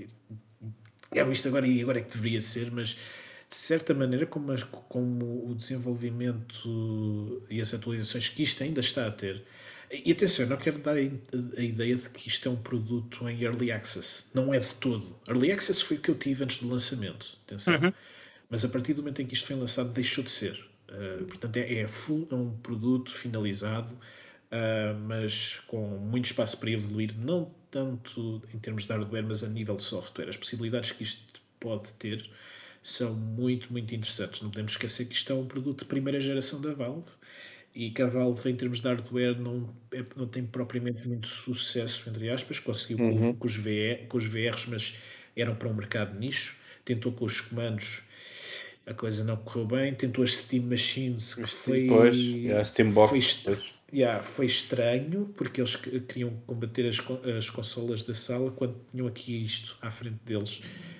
D: quero isto agora e agora é que deveria ser, mas de certa maneira, como, as, como o desenvolvimento e as atualizações que isto ainda está a ter. E atenção, eu não quero dar a, a ideia de que isto é um produto em Early Access. Não é de todo. Early Access foi o que eu tive antes do lançamento. Atenção.
A: Uhum.
D: Mas a partir do momento em que isto foi lançado, deixou de ser. Uh, portanto, é, é, full, é um produto finalizado, uh, mas com muito espaço para evoluir, não tanto em termos de hardware, mas a nível de software. As possibilidades que isto pode ter são muito, muito interessantes. Não podemos esquecer que isto é um produto de primeira geração da Valve, e que a Valve, em termos de hardware, não, é, não tem propriamente muito sucesso, entre aspas. Conseguiu
C: Uhum.
D: com, com, os V R, com os V Rs, mas eram para um mercado nicho. Tentou com os comandos, a coisa não correu bem. Tentou as Steam Machines, que foi,
C: Pois, yeah, Steam Box,
D: foi, yeah, foi estranho, porque eles queriam combater as, as consolas da sala quando tinham aqui isto à frente deles,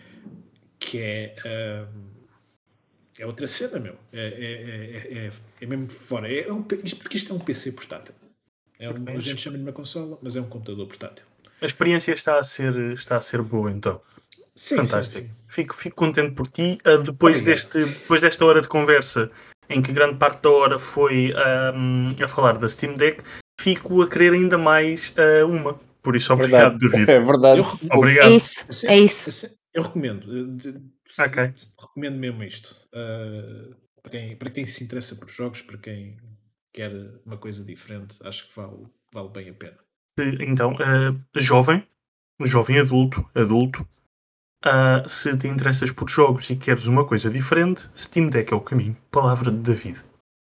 D: que é... Um, é outra cena, meu. É, é, é, é, é mesmo fora. É um, isto, porque isto é um P C portátil. É um, a gente chama de uma consola, mas é um computador portátil.
A: A experiência está a ser, está a ser boa, então.
D: Sim,
A: fantástico.
D: Sim, sim.
A: Fico, fico contente por ti. Uh, depois, deste, depois desta hora de conversa, em que grande parte da hora foi um, a falar da Steam Deck, fico a querer ainda mais uh, uma. Por isso, obrigado, David.
C: É verdade.
D: Eu,
A: obrigado.
B: É isso, é isso.
D: Eu recomendo.
A: Okay.
D: Recomendo mesmo isto. Uh, para, quem, para quem se interessa por jogos, para quem quer uma coisa diferente, acho que vale, vale bem a pena.
A: Então, uh, jovem, jovem adulto, adulto, uh, se te interessas por jogos e queres uma coisa diferente, Steam Deck é o caminho. Palavra de David.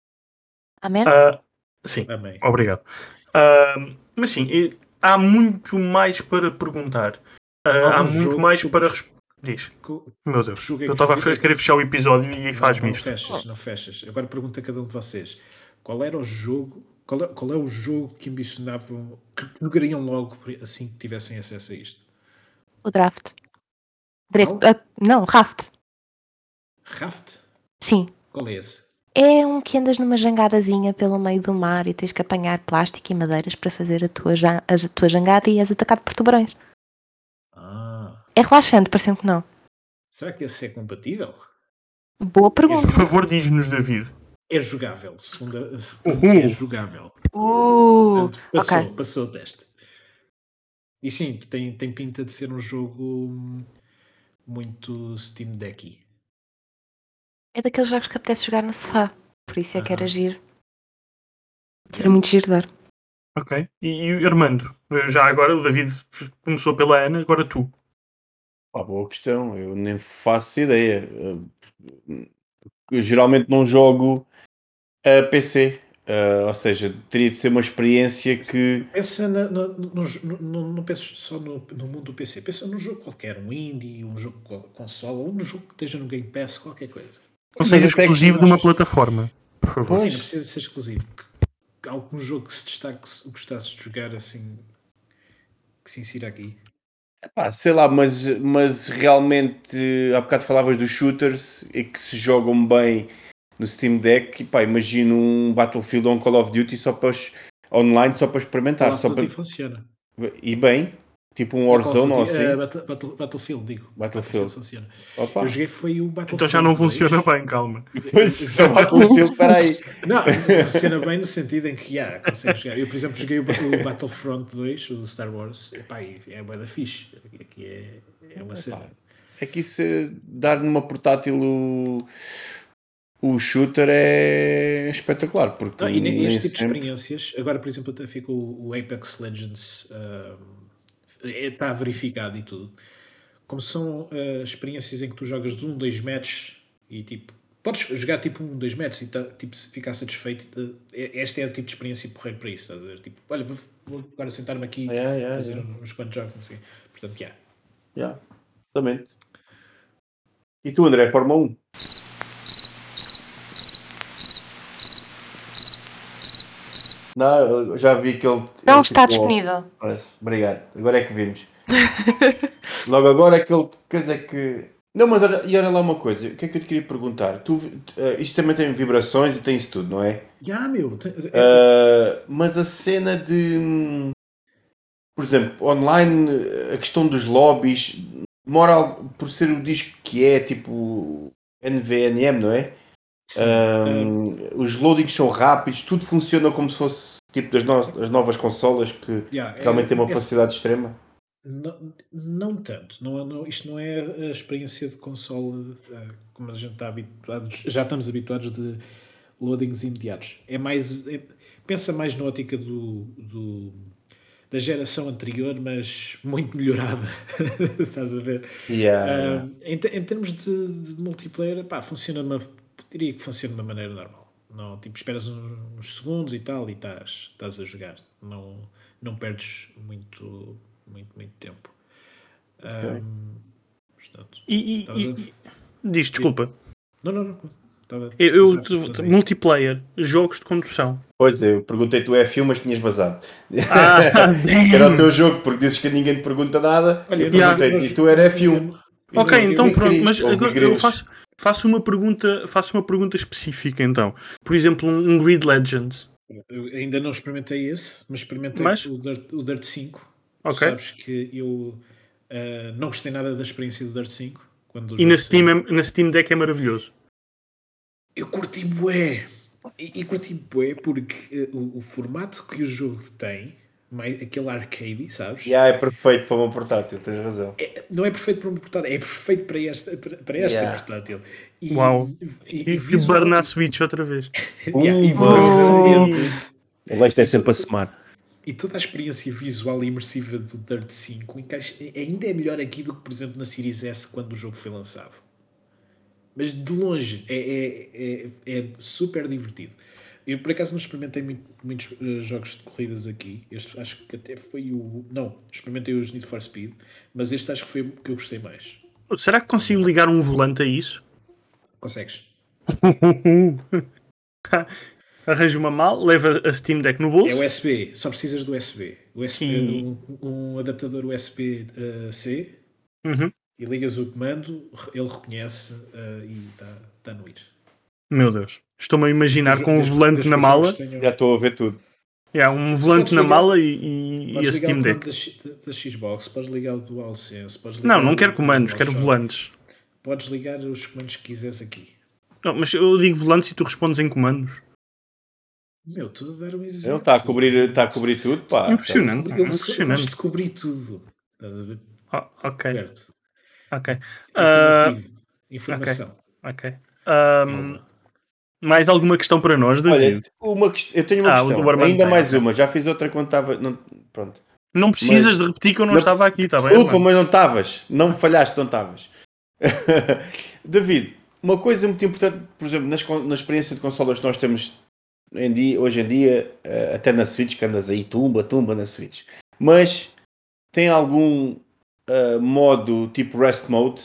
B: Amém?
A: Uh, sim,
D: Amém.
A: obrigado. Uh, mas sim, há muito mais para perguntar. Uh, há muito mais para responder. Diz. Meu Deus,
D: é
A: eu estava a querer fechar o episódio e aí faz-me
D: não
A: isto.
D: Fechas, não fechas. Agora pergunta a cada um de vocês. Qual era o jogo, qual é, qual é o jogo que ambicionavam, que jogariam logo assim que tivessem acesso a isto?
B: O Draft. Drift, uh, não, Raft.
D: Raft?
B: Sim.
D: Qual é esse?
B: É um que andas numa jangadazinha pelo meio do mar e tens que apanhar plástico e madeiras para fazer a tua, a tua jangada e és atacado por tubarões.
D: Ah.
B: É relaxante, parecendo que não.
D: Será que esse é compatível?
B: Boa pergunta.
A: Por favor, diz-nos, David.
D: É jogável. Segunda,
A: segunda
D: uh. é jogável.
B: Uh,
D: Portanto, passou,
B: okay.
D: passou o teste. E sim, tem, tem pinta de ser um jogo muito Steam Decky.
B: É daqueles jogos que apetece jogar no sofá. Por isso é uh-huh. que era giro. Que era
D: yeah.
B: muito giro dar.
A: Ok. E, e Armando? Já agora, o David começou pela Ana, agora tu.
C: Ah, boa questão. Eu nem faço ideia. Eu geralmente não jogo a P C. Uh, ou seja, teria de ser uma experiência que...
D: Pensa na, no, no, no, não penso só no, no mundo do P C. Pensa num jogo qualquer. Um indie, um jogo console, ou um jogo que esteja no Game Pass, qualquer coisa.
A: Não seja exclusivo de uma plataforma, por favor.
D: Sim, não precisa ser exclusivo. Algum jogo que se destaque, se gostasses de jogar assim, que se insira aqui.
C: Epá, sei lá, mas, mas realmente há bocado falavas dos shooters e que se jogam bem no Steam Deck. E pá, imagino um Battlefield ou um Call of Duty só para online, só para experimentar.
D: Call of Duty
C: para...
D: funciona.
C: E bem, tipo um Warzone ou assim.
D: Uh, Battle, Battle, Battlefield, digo.
C: Battlefield.
D: Battlefield funciona.
C: Opa.
D: Eu joguei foi o Battlefield.
A: Então já não funciona bem, calma.
C: Pois, se é o Battlefield, espera aí.
D: Não, funciona bem no sentido em que, yeah, consegue jogar. Eu, por exemplo, joguei o, o Battlefront dois, o Star Wars. Epá, é bué da fixe. Aqui é, é uma cena.
C: É que isso, dar numa portátil o, o shooter é espetacular. Porque
D: não, e nem, este tipo
C: sempre...
D: de experiências, agora, por exemplo, até fica o, o Apex Legends, uh, está verificado e tudo. como são uh, experiências em que tu jogas de um, dois matches e tipo, podes jogar tipo um, dois matches e tá, tipo, ficar satisfeito. Uh, este é o tipo de experiência porreiro para isso, estás a ver? Tipo, olha, vou, vou agora sentar-me aqui e
C: Yeah, yeah,
D: fazer
C: yeah.
D: uns quantos jogos, não sei. Portanto, já. Yeah.
C: Yeah, exatamente. E tu, André, Fórmula um? Não, eu já vi que ele.
B: Não
C: ele
B: está
C: ficou-
B: disponível.
C: Pois, obrigado. Agora é que vimos. Logo agora é que ele. Quer dizer que. Não, mas olha, e olha lá uma coisa. O que é que eu te queria perguntar? Tu, uh, isto também tem vibrações e tem isso tudo, não é?
D: Já, yeah, meu. Tem, é,
C: Uh, mas a cena de. Por exemplo, online, a questão dos lobbies. Demora algo- por ser o disco que é, tipo. N V N M, não é?
D: sim,
C: Um,
D: um,
C: os loadings são rápidos, tudo funciona como se fosse tipo das no das novas consolas que
D: yeah,
C: realmente
D: é,
C: têm uma
D: é,
C: facilidade extrema.
D: Não, não tanto. Não, não, isto não é a experiência de console uh, como a gente está habituado. Já estamos habituados de loadings imediatos. É mais. É, pensa mais na ótica do, do, da geração anterior, mas muito melhorada. Estás a ver?
C: Yeah,
D: Uh,
C: yeah.
D: em, em termos de, de multiplayer, pá, funciona de uma, diria que funciona de uma maneira normal. Não, tipo, esperas uns, uns segundos e tal e estás, estás a jogar. Não, não perdes muito, muito, muito tempo.
C: Okay.
D: Um, portanto,
A: E, e,
D: a...
A: e diz, desculpa.
D: Não, não, não. Estava
A: Eu, eu
D: a
A: multiplayer, jogos de condução.
C: Pois é, eu perguntei-te o F um, mas tinhas basado.
A: Ah,
C: que era o teu jogo, porque dizes que ninguém te pergunta nada.
D: Olha,
C: eu perguntei-te, e tu era F um.
A: Ok, então
C: ouvi
A: pronto,
C: grilos,
A: mas
C: ouvi
A: agora eu
C: grilos.
A: faço, faço uma pergunta, faço uma pergunta específica então. Por exemplo, um, um Grid Legends.
D: Eu ainda não experimentei esse, mas experimentei
A: Mas?
D: o, Dirt, o Dirt cinco.
A: Ok.
D: Tu sabes que eu uh, não gostei nada da experiência do Dirt cinco. Quando o
A: E na
D: jogo
A: Steam,
D: saiu.
A: é- na Steam Deck é maravilhoso.
D: Eu curti bué. E, e curti bué porque uh, o, o formato que o jogo tem, mais, aquele arcade, sabes?
C: Yeah, é perfeito para uma portátil, tens razão.
D: É, não é perfeito para uma portátil, é perfeito para esta, para, para esta
C: Yeah.
D: portátil. E,
A: Uau.
D: E,
A: E
D: e
A: que
D: visual...
A: burn a Switch outra vez.
D: yeah, e
C: Pumba.
D: visualmente...
C: O Leite é sempre a semar.
D: E toda a experiência visual e imersiva do Dirt cinco encaixa, ainda é melhor aqui do que, por exemplo, na Series S quando o jogo foi lançado. Mas de longe é, é, é, é super divertido. Eu por acaso não experimentei muito, muitos uh, jogos de corridas aqui. Este acho que até foi o. Não, experimentei os Need for Speed, mas este acho que foi o que eu gostei mais.
A: Será que consigo ligar um volante a isso?
D: Consegues?
A: Arranjo uma mal, leva a Steam Deck no bolso.
D: É U S B, só precisas do U S B. U S B
A: E-
D: um, um adaptador U S B-C uh,
A: Uhum.
D: e ligas o comando, ele reconhece uh, e está tá no ir.
A: Meu Deus. Estou-me a imaginar
D: Desde
A: com o
D: desde
A: volante
D: desde
A: na
D: que os jogos
A: mala.
D: tenham-
C: Já estou a ver tudo.
A: Yeah, um volante
D: podes
A: na
D: ligar-
A: mala e, e- e
D: Podes
A: a
D: ligar
A: Steam
D: o comando
A: Deck.
D: da, X- da- da Xbox, podes ligar o DualSense, podes ligar
A: Não, não
D: o-
A: quero comandos,
D: o
A: quero
D: DualShock.
A: volantes.
D: Podes ligar os comandos que quiseres aqui.
A: Não, mas eu digo volantes e tu respondes em comandos.
D: Meu, estou a dar um exemplo.
C: Ele está a cobrir, está a cobrir tudo, pá.
A: Impressionante.
D: Eu, sou- eu
A: Impressionante.
D: gosto de cobrir tudo. Estás a ver?
A: Oh, ok,
D: Coberto.
A: ok. Ah,
D: Informativo. Informação.
A: ok. Ahm,
D: Calma.
A: mais alguma questão para nós,
C: Olha,
A: David?
C: uma quest... eu tenho uma
A: Ah, o
C: questão.
A: do Armando
C: Ainda
A: tem,
C: mais
A: ok.
C: uma. Já fiz outra quando estava. Não... Pronto.
A: Não precisas
C: Mas-
A: de repetir que eu não,
C: Não
A: estava
C: preciso-
A: aqui, está bem?
C: Desculpa,
A: Armando?
C: mas não estavas. Não me falhaste, não estavas. David, uma coisa muito importante, por exemplo, nas, con- na experiência de consolas que nós temos em dia, hoje em dia, eh, até na Switch, que andas aí, tumba, tumba na Switch. Mas tem algum eh, modo tipo Rest Mode,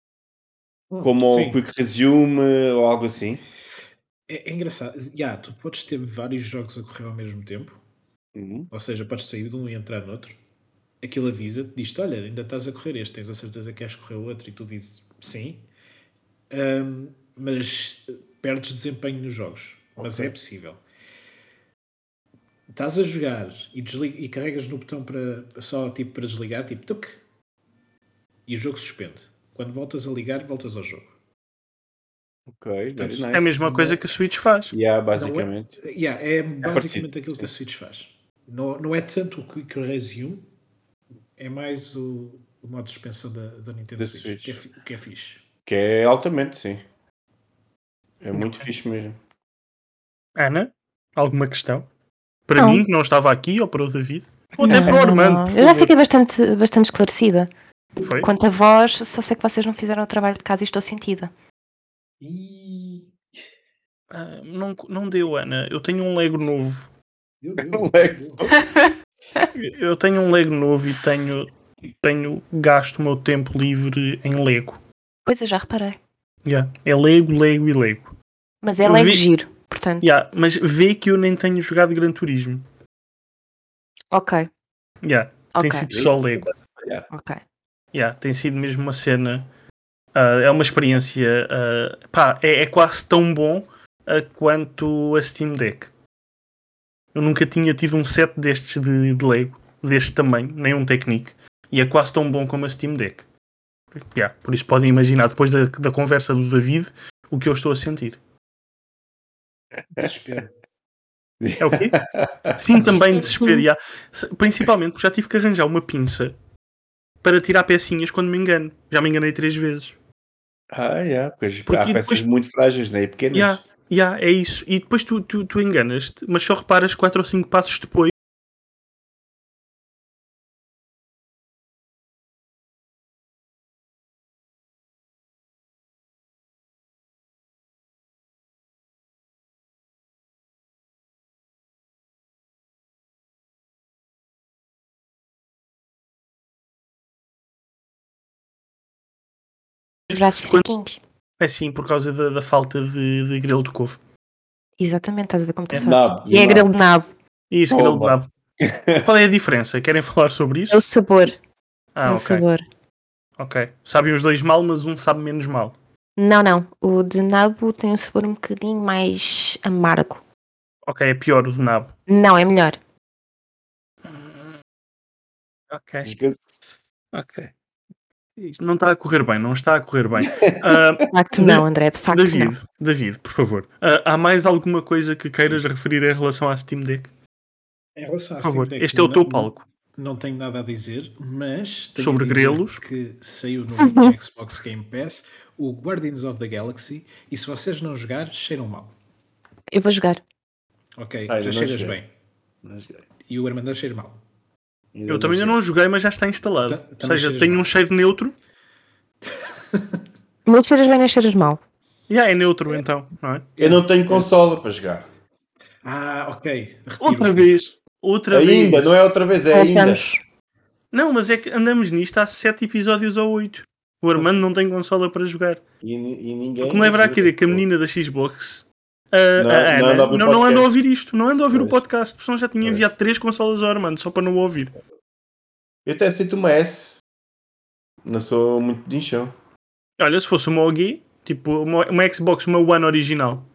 C: como
D: Sim.
C: o Quick Resume ou algo assim?
D: É, é engraçado. Yeah, tu podes ter vários jogos a correr ao mesmo tempo.
C: Uhum.
D: Ou seja, podes sair de um e entrar noutro. Aquilo avisa-te, diz-te, olha, ainda estás a correr este, tens a certeza que queres correr o outro, e tu dizes sim. Ahm, mas perdes desempenho nos jogos. Mas
C: Ok.
D: é possível. Estás a jogar e, desliga, e carregas no botão para, só tipo para desligar, tipo tuc, e o jogo suspende. Quando voltas a ligar, voltas ao jogo.
C: Ok, very
D: Portanto,
C: nice.
A: É a mesma coisa que a Switch faz.
C: Yeah,
D: Não
C: basicamente.
D: é, yeah, é basicamente
C: parecido,
D: aquilo que a
C: sim.
D: Switch faz. Não, não é tanto o Quick Resume, é mais o, o modo de suspensão da, da Nintendo
C: Da
D: Switch,
C: Switch.
D: Que, é, fi- que é fixe.
C: Que é altamente, sim. É muito fixe mesmo.
A: Ana, alguma questão? Para
B: Não.
A: mim, que não estava aqui, ou para o David? Ou até
B: Não,
A: para o
B: não,
A: Armando,
B: não.
A: por
B: Eu já
A: favor.
B: fiquei bastante, bastante esclarecida.
A: Foi?
B: Quanto a vós, só sei que vocês não fizeram o trabalho de casa e estou sentida.
D: E
A: Ah, não, não deu, Ana. Eu tenho um Lego novo.
D: deu, deu,
C: Um
D: deu,
C: Lego.
D: deu.
A: Eu tenho um Lego novo e tenho, tenho gasto o meu tempo livre em Lego.
B: Pois eu já reparei.
A: Yeah. É Lego, Lego e Lego.
B: Mas é Lego
A: Vi-
B: giro, portanto.
A: Yeah. Mas vê que eu nem tenho jogado Gran Turismo.
B: Ok,
A: Yeah. Tem
B: ok,
A: sido só Lego.
B: ok.
A: Yeah. Tem sido mesmo uma cena. ah, é uma experiência. ah, pá, é, é quase tão bom ah, quanto a Steam Deck. Eu nunca tinha tido um set destes de, de Lego, deste tamanho, nem um Technic. E é quase tão bom como a Steam Deck. Yeah, por isso podem imaginar, depois da, da conversa do David, o que eu estou a sentir.
D: Desespero.
A: É o quê? Sim, também desespero. Yeah. Se- Principalmente porque já tive que arranjar uma pinça para tirar pecinhas quando me engano. Já me enganei três vezes.
C: Ah, yeah, pois
A: Porque
C: há peças
A: depois-
C: muito frágeis, né? E pequenas.
A: Yeah, yeah, é isso. E depois tu, tu, tu enganas-te, mas só reparas quatro ou cinco passos depois.
B: Os braços
A: Quando-
B: fraquinhos.
A: É sim, por causa da, da falta de, de grelo de couve.
B: Exatamente, estás a ver como tu
A: É
B: sabes.
C: nabo,
B: E é
C: nabo.
B: grelo de nabo.
A: Isso, grelo de
C: Toma.
A: nabo. Qual é a diferença? Querem falar sobre
B: É o
A: isso?
B: sabor.
A: Ah,
B: é o
A: ok.
B: sabor.
A: Ok. Sabem os dois mal, mas um sabe menos mal.
B: Não, não. O de nabo tem um sabor um bocadinho mais amargo.
A: Ok, é pior o de nabo.
B: Não, é melhor.
A: Ok,
C: Esquece.
A: ok. Isto não está a correr bem, não está a correr bem. Ah,
B: De facto
A: Da-
B: não, André. De facto
A: David,
B: não.
A: David, por favor. Ah, há mais alguma coisa que queiras referir em relação à Steam Deck?
D: Em relação à
A: Por favor,
D: Steam Deck,
A: este é o
D: não-
A: teu palco.
D: Não tenho nada a dizer, mas tenho
A: Sobre
D: a dizer
A: grelos.
D: que saiu no, no Xbox Game Pass o Guardians of the Galaxy e se vocês não jogar, cheiram mal.
B: Eu vou jogar.
D: Ok,
C: Ah, ainda
D: já
C: não
D: cheiras
C: joguei.
D: bem.
C: Não joguei.
D: E o Armando cheira mal.
C: Ainda
A: Eu também ainda não joguei, mas já está instalado.
D: Ta-
A: Ou
D: também
A: seja,
D: cheiras
A: tem
D: mal.
A: um cheiro neutro.
B: Mas cheiras bem, nem cheiras mal.
A: E yeah, é neutro então, não é?
C: Eu não tenho consola para jogar.
D: Ah, ok. Retiro
A: Outra
D: o que disse.
A: vez. Outra
C: Ainda,
A: vez.
C: não é outra vez, é ainda.
B: Voltamos.
A: Não, mas é que andamos nisto há sete episódios ou oito. O Armando não tem consola para jogar.
C: E, ni- e ninguém.
A: Porque me leva a
C: ajuda.
A: querer que a menina da Xbox, a,
C: Não,
A: a
C: não
A: Ana,
C: anda a ouvir
A: não, não anda a
C: podcast.
A: ouvir isto. Não anda a ouvir o
C: Pois.
A: podcast. Porque senão já tinha
C: Pois.
A: enviado três consolas ao Armando só para não o ouvir.
C: Eu até aceito uma S. Não sou muito de enchão.
A: Olha, se fosse uma O G, tipo uma, uma Xbox, uma One original.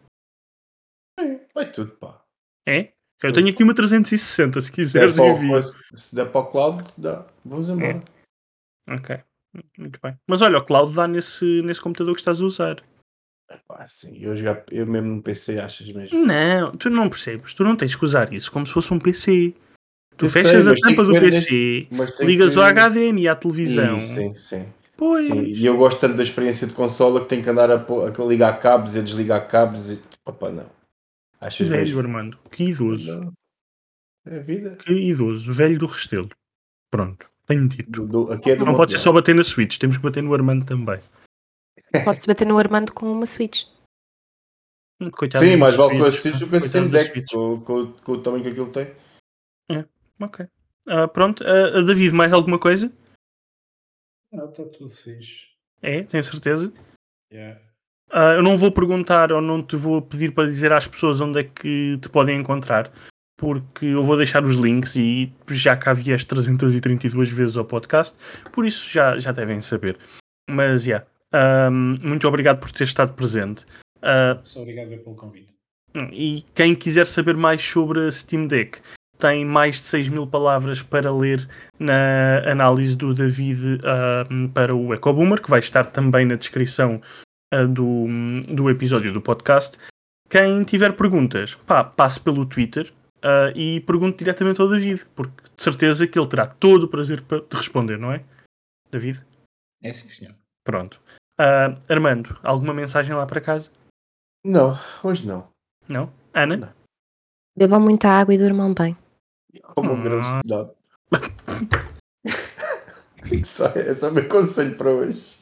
C: Vai tudo, pá.
A: É? Eu tenho aqui uma trezentos e sessenta, se
C: Se
A: quiseres
C: der para o,
A: envio.
C: coisa- se der para o cloud, dá. Vamos embora.
A: Ok, muito bem. Mas olha, o Cloud dá nesse, nesse computador que estás a usar.
C: Pá, sim, eu, jogar, eu mesmo no P C, achas mesmo?
A: Não, tu não percebes. Tu não tens que usar isso como se fosse um P C. Tu
C: Eu
A: fechas
C: sei,
A: a
C: mas tem
A: tampa
C: que
A: do
C: ver
A: P
C: nesse-
A: C,
C: Mas tem
A: ligas
C: que...
A: o H D M I à televisão.
C: Ih, sim, sim.
A: Pois.
C: Sim, e eu gosto tanto da experiência de consola que tenho que andar a, pô- a ligar cabos e a desligar cabos e... Opa, não. Achas
A: Velho,
C: mesmo?
A: Armando. Que idoso.
C: Não. É a vida.
A: Que idoso. Velho do Restelo. Pronto. Tenho dito.
C: Do, do, aqui é do
A: Não pode ser
C: Monte
A: só bater na Switch. Temos que bater no Armando também.
B: Pode-se bater no Armando com uma Switch.
A: Hum, Coitado
C: Sim,
A: da
C: mais vale que eu
A: Switch,
C: assisto
A: pá.
C: do que a
A: Coitado
C: Steam
A: da
C: Deck,
A: Switch.
C: com, com, com o tamanho que aquilo tem.
A: Ok. Ah, pronto. Ah, David, mais alguma coisa?
D: Não, está tudo fixe.
A: É? Tenho certeza?
D: Yeah.
A: Ah, eu não vou perguntar ou não te vou pedir para dizer às pessoas onde é que te podem encontrar, porque eu vou deixar os links e já cá vieste trezentas e trinta e duas vezes ao podcast, por isso já, já devem saber. Mas, já, yeah, muito obrigado por ter estado presente. Ah,
D: Só obrigado pelo convite.
A: e quem quiser saber mais sobre a Steam Deck, tem mais de seis mil palavras para ler na análise do David ah, para o EcoBoomer, que vai estar também na descrição ah, do, do episódio do podcast. Quem tiver perguntas, pá, passe pelo Twitter ah, e pergunte diretamente ao David, porque de certeza que ele terá todo o prazer para te responder, não é, David?
D: É sim, senhor.
A: Pronto. Ah, Armando, alguma mensagem lá para casa?
C: Não, hoje não.
A: Não? Ana?
C: Não.
B: Bebam muita água e durmam bem.
C: Como
A: Hum.
C: grande cidade. Só, é só o meu conselho para hoje.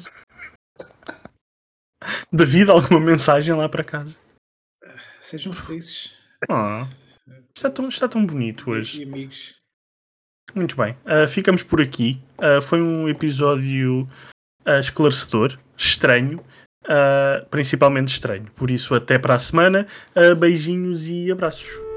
A: David, alguma mensagem lá para casa?
D: Sejam felizes.
A: Ah, está tão, está tão bonito
D: E,
A: hoje.
D: e amigos.
A: Muito bem, uh, ficamos por aqui. Uh, foi um episódio uh, esclarecedor, estranho, uh, principalmente estranho. Por isso, até para a semana. Uh, beijinhos e abraços.